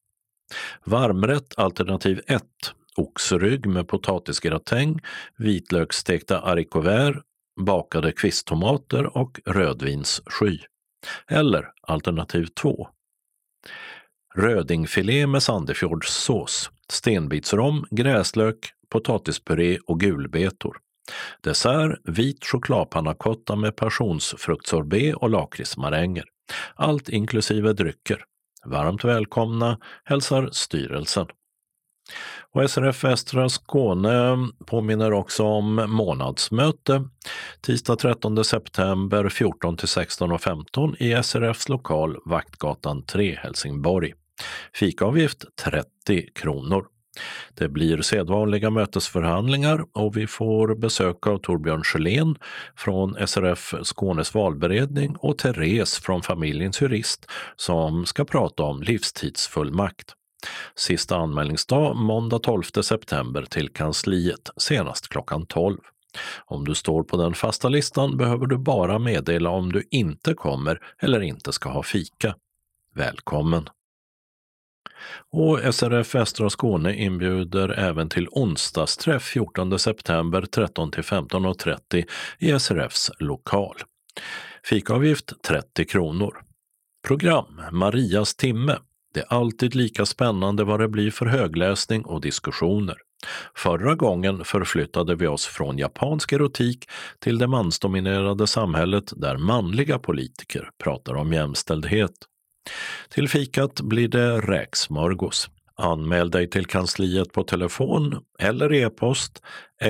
Varmrätt alternativ ett. Oxrygg med potatisgratäng, vitlöksstekta haricots verts, bakade kvisttomater och rödvinssky. Eller alternativ två. Rödingfilé med sandefjordssås, stenbitsrom, gräslök, potatispuré och gulbetor. Dessert, vit chokladpannacotta med passionsfruktsorbet och lakritsmaränger. Allt inklusive drycker. Varmt välkomna, hälsar styrelsen. Och S R F Västra Skåne påminner också om månadsmöte tisdag trettonde september fjorton till sexton och femton i S R F:s lokal Vaktgatan tre Helsingborg. Fikaavgift trettio kronor. Det blir sedvanliga mötesförhandlingar och vi får besök av Torbjörn Sjölén från S R F Skånes valberedning och Therese från familjens jurist som ska prata om livstidsfullmakt. Sista anmälningsdag måndag tolfte september till kansliet, senast klockan tolv. Om du står på den fasta listan behöver du bara meddela om du inte kommer eller inte ska ha fika. Välkommen! Och S R F Västra Skåne inbjuder även till onsdagsträff fjortonde september tretton till femton och trettio i S R F:s lokal. Fikaavgift trettio kronor. Program Marias timme. Det är alltid lika spännande vad det blir för högläsning och diskussioner. Förra gången förflyttade vi oss från japansk erotik till det mansdominerade samhället där manliga politiker pratar om jämställdhet. Till fikat blir det räksmörgås. Anmäl dig till kansliet på telefon eller e-post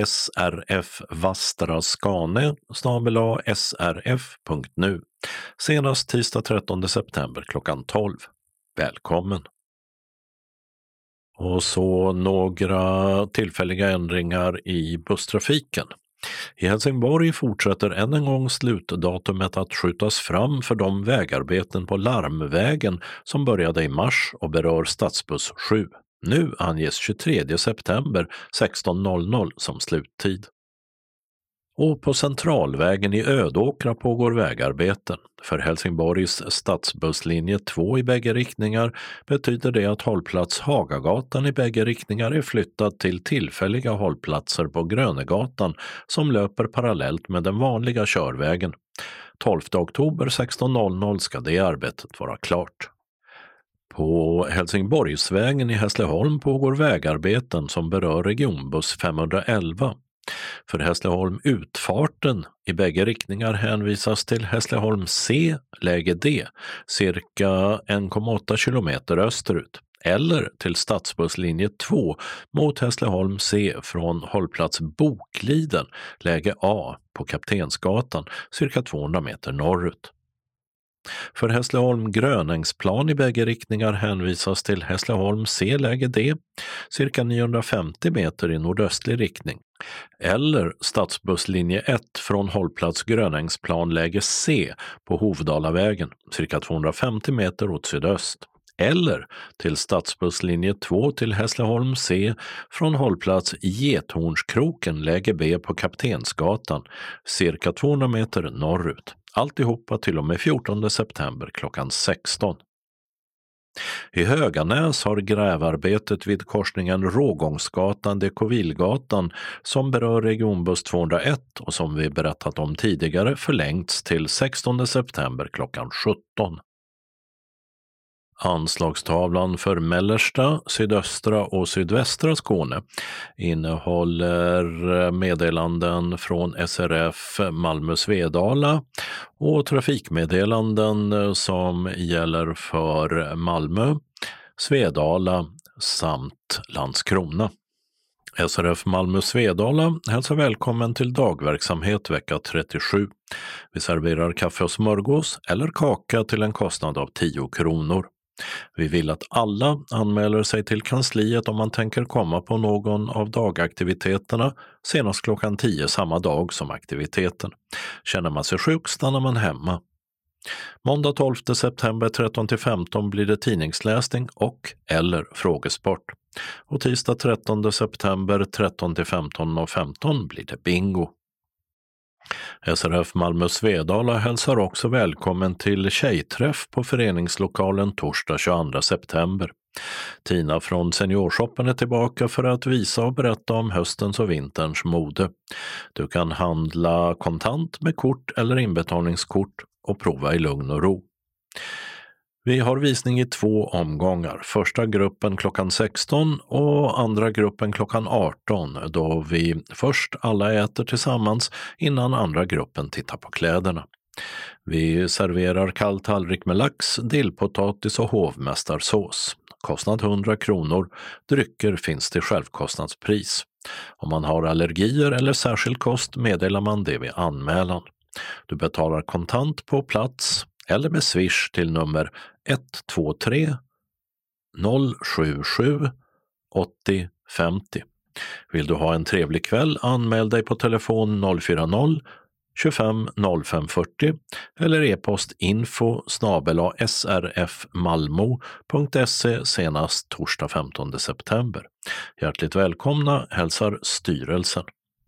srfvastraskane snabel-a srf punkt nu. Senast tisdag trettonde september klockan tolv. Välkommen! Och så några tillfälliga ändringar i busstrafiken. I Helsingborg fortsätter än en gång slutdatumet att skjutas fram för de vägarbeten på Larmvägen som började i mars och berör stadsbuss sju. Nu anges tjugotredje september sexton noll noll som sluttid. Och på Centralvägen i Ödåkra pågår vägarbeten. För Helsingborgs stadsbusslinje två i bägge riktningar betyder det att hållplats Hagagatan i bägge riktningar är flyttad till tillfälliga hållplatser på Grönegatan som löper parallellt med den vanliga körvägen. tolfte oktober sexton noll noll ska det arbetet vara klart. På Helsingborgsvägen i Hässleholm pågår vägarbeten som berör regionbuss femhundraelva. För Hässleholm utfarten i bägge riktningar hänvisas till Hässleholm C, läge D, cirka en komma åtta kilometer österut, eller till stadsbusslinje två mot Hässleholm C från hållplats Bokliden, läge A på Kaptensgatan, cirka tvåhundra meter norrut. För Hässleholm Grönängsplan i bägge riktningar hänvisas till Hässleholm C, läge D, cirka niohundrafemtio meter i nordöstlig riktning. Eller stadsbusslinje ett från hållplats Grönängsplan läge C på Hovdalavägen, cirka tvåhundrafemtio meter åt sydöst. Eller till stadsbusslinje två till Hässleholm C från hållplats Gethornskroken läge B på Kaptensgatan, cirka tvåhundra meter norrut. Alltihopa till och med fjortonde september klockan sexton. I Höganäs har grävarbetet vid korsningen Rågångsgatan-Dekovilgatan som berör regionbuss tvåhundraett och som vi berättat om tidigare förlängts till sextonde september klockan sjutton. Anslagstavlan för mellersta, sydöstra och sydvästra Skåne innehåller meddelanden från S R F Malmö-Svedala och trafikmeddelanden som gäller för Malmö, Svedala samt Landskrona. S R F Malmö-Svedala hälsar välkommen till dagverksamhet vecka trettiosju. Vi serverar kaffe och smörgås eller kaka till en kostnad av tio kronor. Vi vill att alla anmäler sig till kansliet om man tänker komma på någon av dagaktiviteterna senast klockan tio samma dag som aktiviteten. Känner man sig sjuk stannar man hemma. Måndag tolfte september tretton till femton blir det tidningsläsning och eller frågesport. Och tisdag trettonde september tretton till femton och femton blir det bingo. S R F Malmö-Svedala hälsar också välkommen till tjejträff på föreningslokalen torsdag tjugoandra september. Tina från Seniorshoppen är tillbaka för att visa och berätta om höstens och vinterns mode. Du kan handla kontant med kort eller inbetalningskort och prova i lugn och ro. Vi har visning i två omgångar. Första gruppen klockan sexton och andra gruppen klockan arton, då vi först alla äter tillsammans innan andra gruppen tittar på kläderna. Vi serverar kall tallrik med lax, dillpotatis och hovmästarsås. Kostnad hundra kronor. Drycker finns till självkostnadspris. Om man har allergier eller särskild kost meddelar man det vid anmälan. Du betalar kontant på plats eller med Swish till nummer ett två tre noll sju sju åttio femtio. Vill du ha en trevlig kväll, anmäl dig på telefon noll fyra noll tjugofem noll fem fyrtio eller e-post info snabel-a srfmalmo punkt se senast torsdag femtonde september. Hjärtligt välkomna hälsar styrelsen.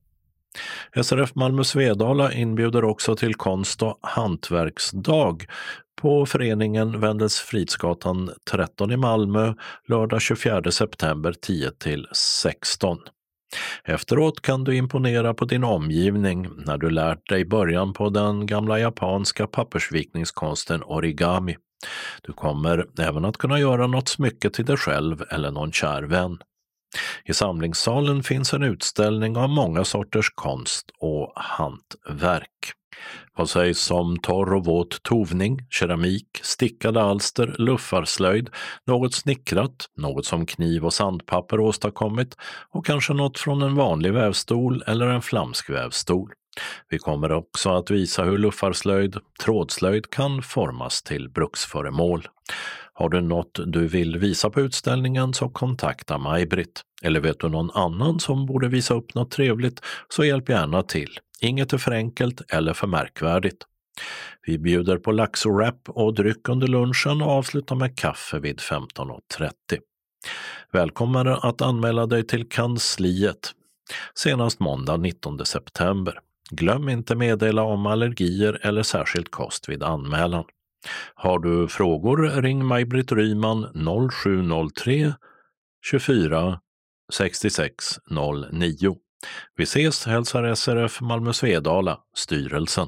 S R F Malmö Svedala inbjuder också till konst- och hantverksdag på föreningen Wendels Fridsgatan tretton i Malmö lördag tjugofjärde september tio till sexton. Efteråt kan du imponera på din omgivning när du lärt dig början på den gamla japanska pappersvikningskonsten origami. Du kommer även att kunna göra något smycke till dig själv eller någon kär vän. I samlingssalen finns en utställning av många sorters konst och hantverk. Vad sägs om torr och våt tovning, keramik, stickade alster, luffarslöjd, något snickrat, något som kniv och sandpapper åstadkommit och kanske något från en vanlig vävstol eller en flamskvävstol. Vi kommer också att visa hur luffarslöjd, trådslöjd kan formas till bruksföremål. Har du något du vill visa på utställningen så kontakta Maj-Britt. Eller vet du någon annan som borde visa upp något trevligt så hjälp gärna till. Inget är för enkelt eller för märkvärdigt. Vi bjuder på lax och wrap och dryck under lunchen och avslutar med kaffe vid femton trettio. Välkommen att anmäla dig till kansliet. Senast måndag nittonde september. Glöm inte meddela om allergier eller särskild kost vid anmälan. Har du frågor ring Maj-Britt Ryman noll sju noll tre tjugofyra sextiosex noll nio. Vi ses, hälsar S R F Malmö Svedala, styrelsen.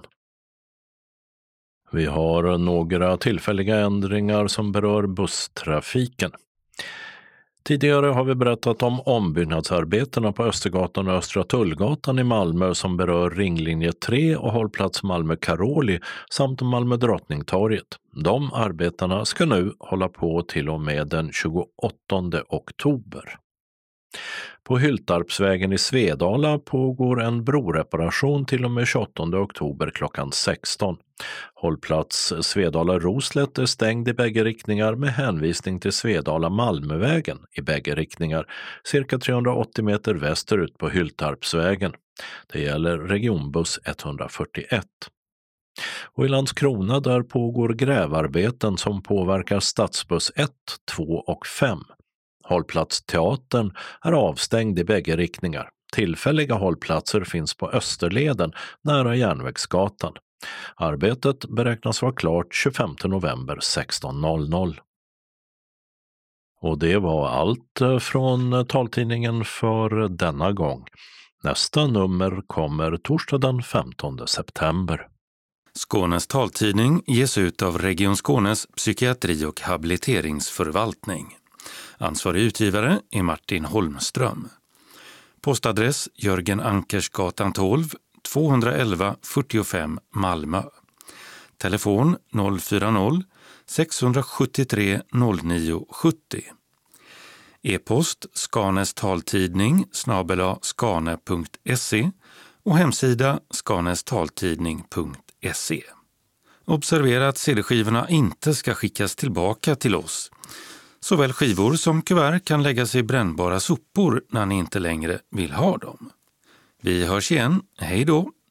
Vi har några tillfälliga ändringar som berör busstrafiken. Tidigare har vi berättat om ombyggnadsarbetena på Östergatan och Östra Tullgatan i Malmö som berör ringlinje tre och hållplats Malmö Karoli samt Malmö Drottningtorget. De arbetena ska nu hålla på till och med den tjugoåttonde oktober. På Hyltarpsvägen i Svedala pågår en broreparation till och med tjugoåttonde oktober klockan sexton. Hållplats Svedala-Roslet är stängd i bägge riktningar med hänvisning till Svedala-Malmövägen i bägge riktningar, cirka trehundraåttio meter västerut på Hyltarpsvägen. Det gäller regionbuss etthundrafyrtioett. Och i Landskrona där pågår grävarbeten som påverkar stadsbuss ett, två och fem. Hållplats Teatern är avstängd i bägge riktningar. Tillfälliga hållplatser finns på Österleden nära Järnvägsgatan. Arbetet beräknas vara klart tjugofemte november sexton noll noll. Och det var allt från taltidningen för denna gång. Nästa nummer kommer torsdag den femtonde september. Skånes taltidning ges ut av Region Skånes psykiatri- och habiliteringsförvaltning. Ansvarig utgivare är Martin Holmström. Postadress Jörgen Ankersgatan tolv, tvåhundraelva fyrtiofem Malmö. Telefon noll fyra noll sex sju tre noll nio sjuttio. E-post Skanes taltidning snabel-a skane punkt se och hemsida skanestaltidning punkt se. Observera att C D-skivorna inte ska skickas tillbaka till oss. Såväl skivor som kuvert kan läggas i brännbara sopor när ni inte längre vill ha dem. Vi hörs igen. Hej då!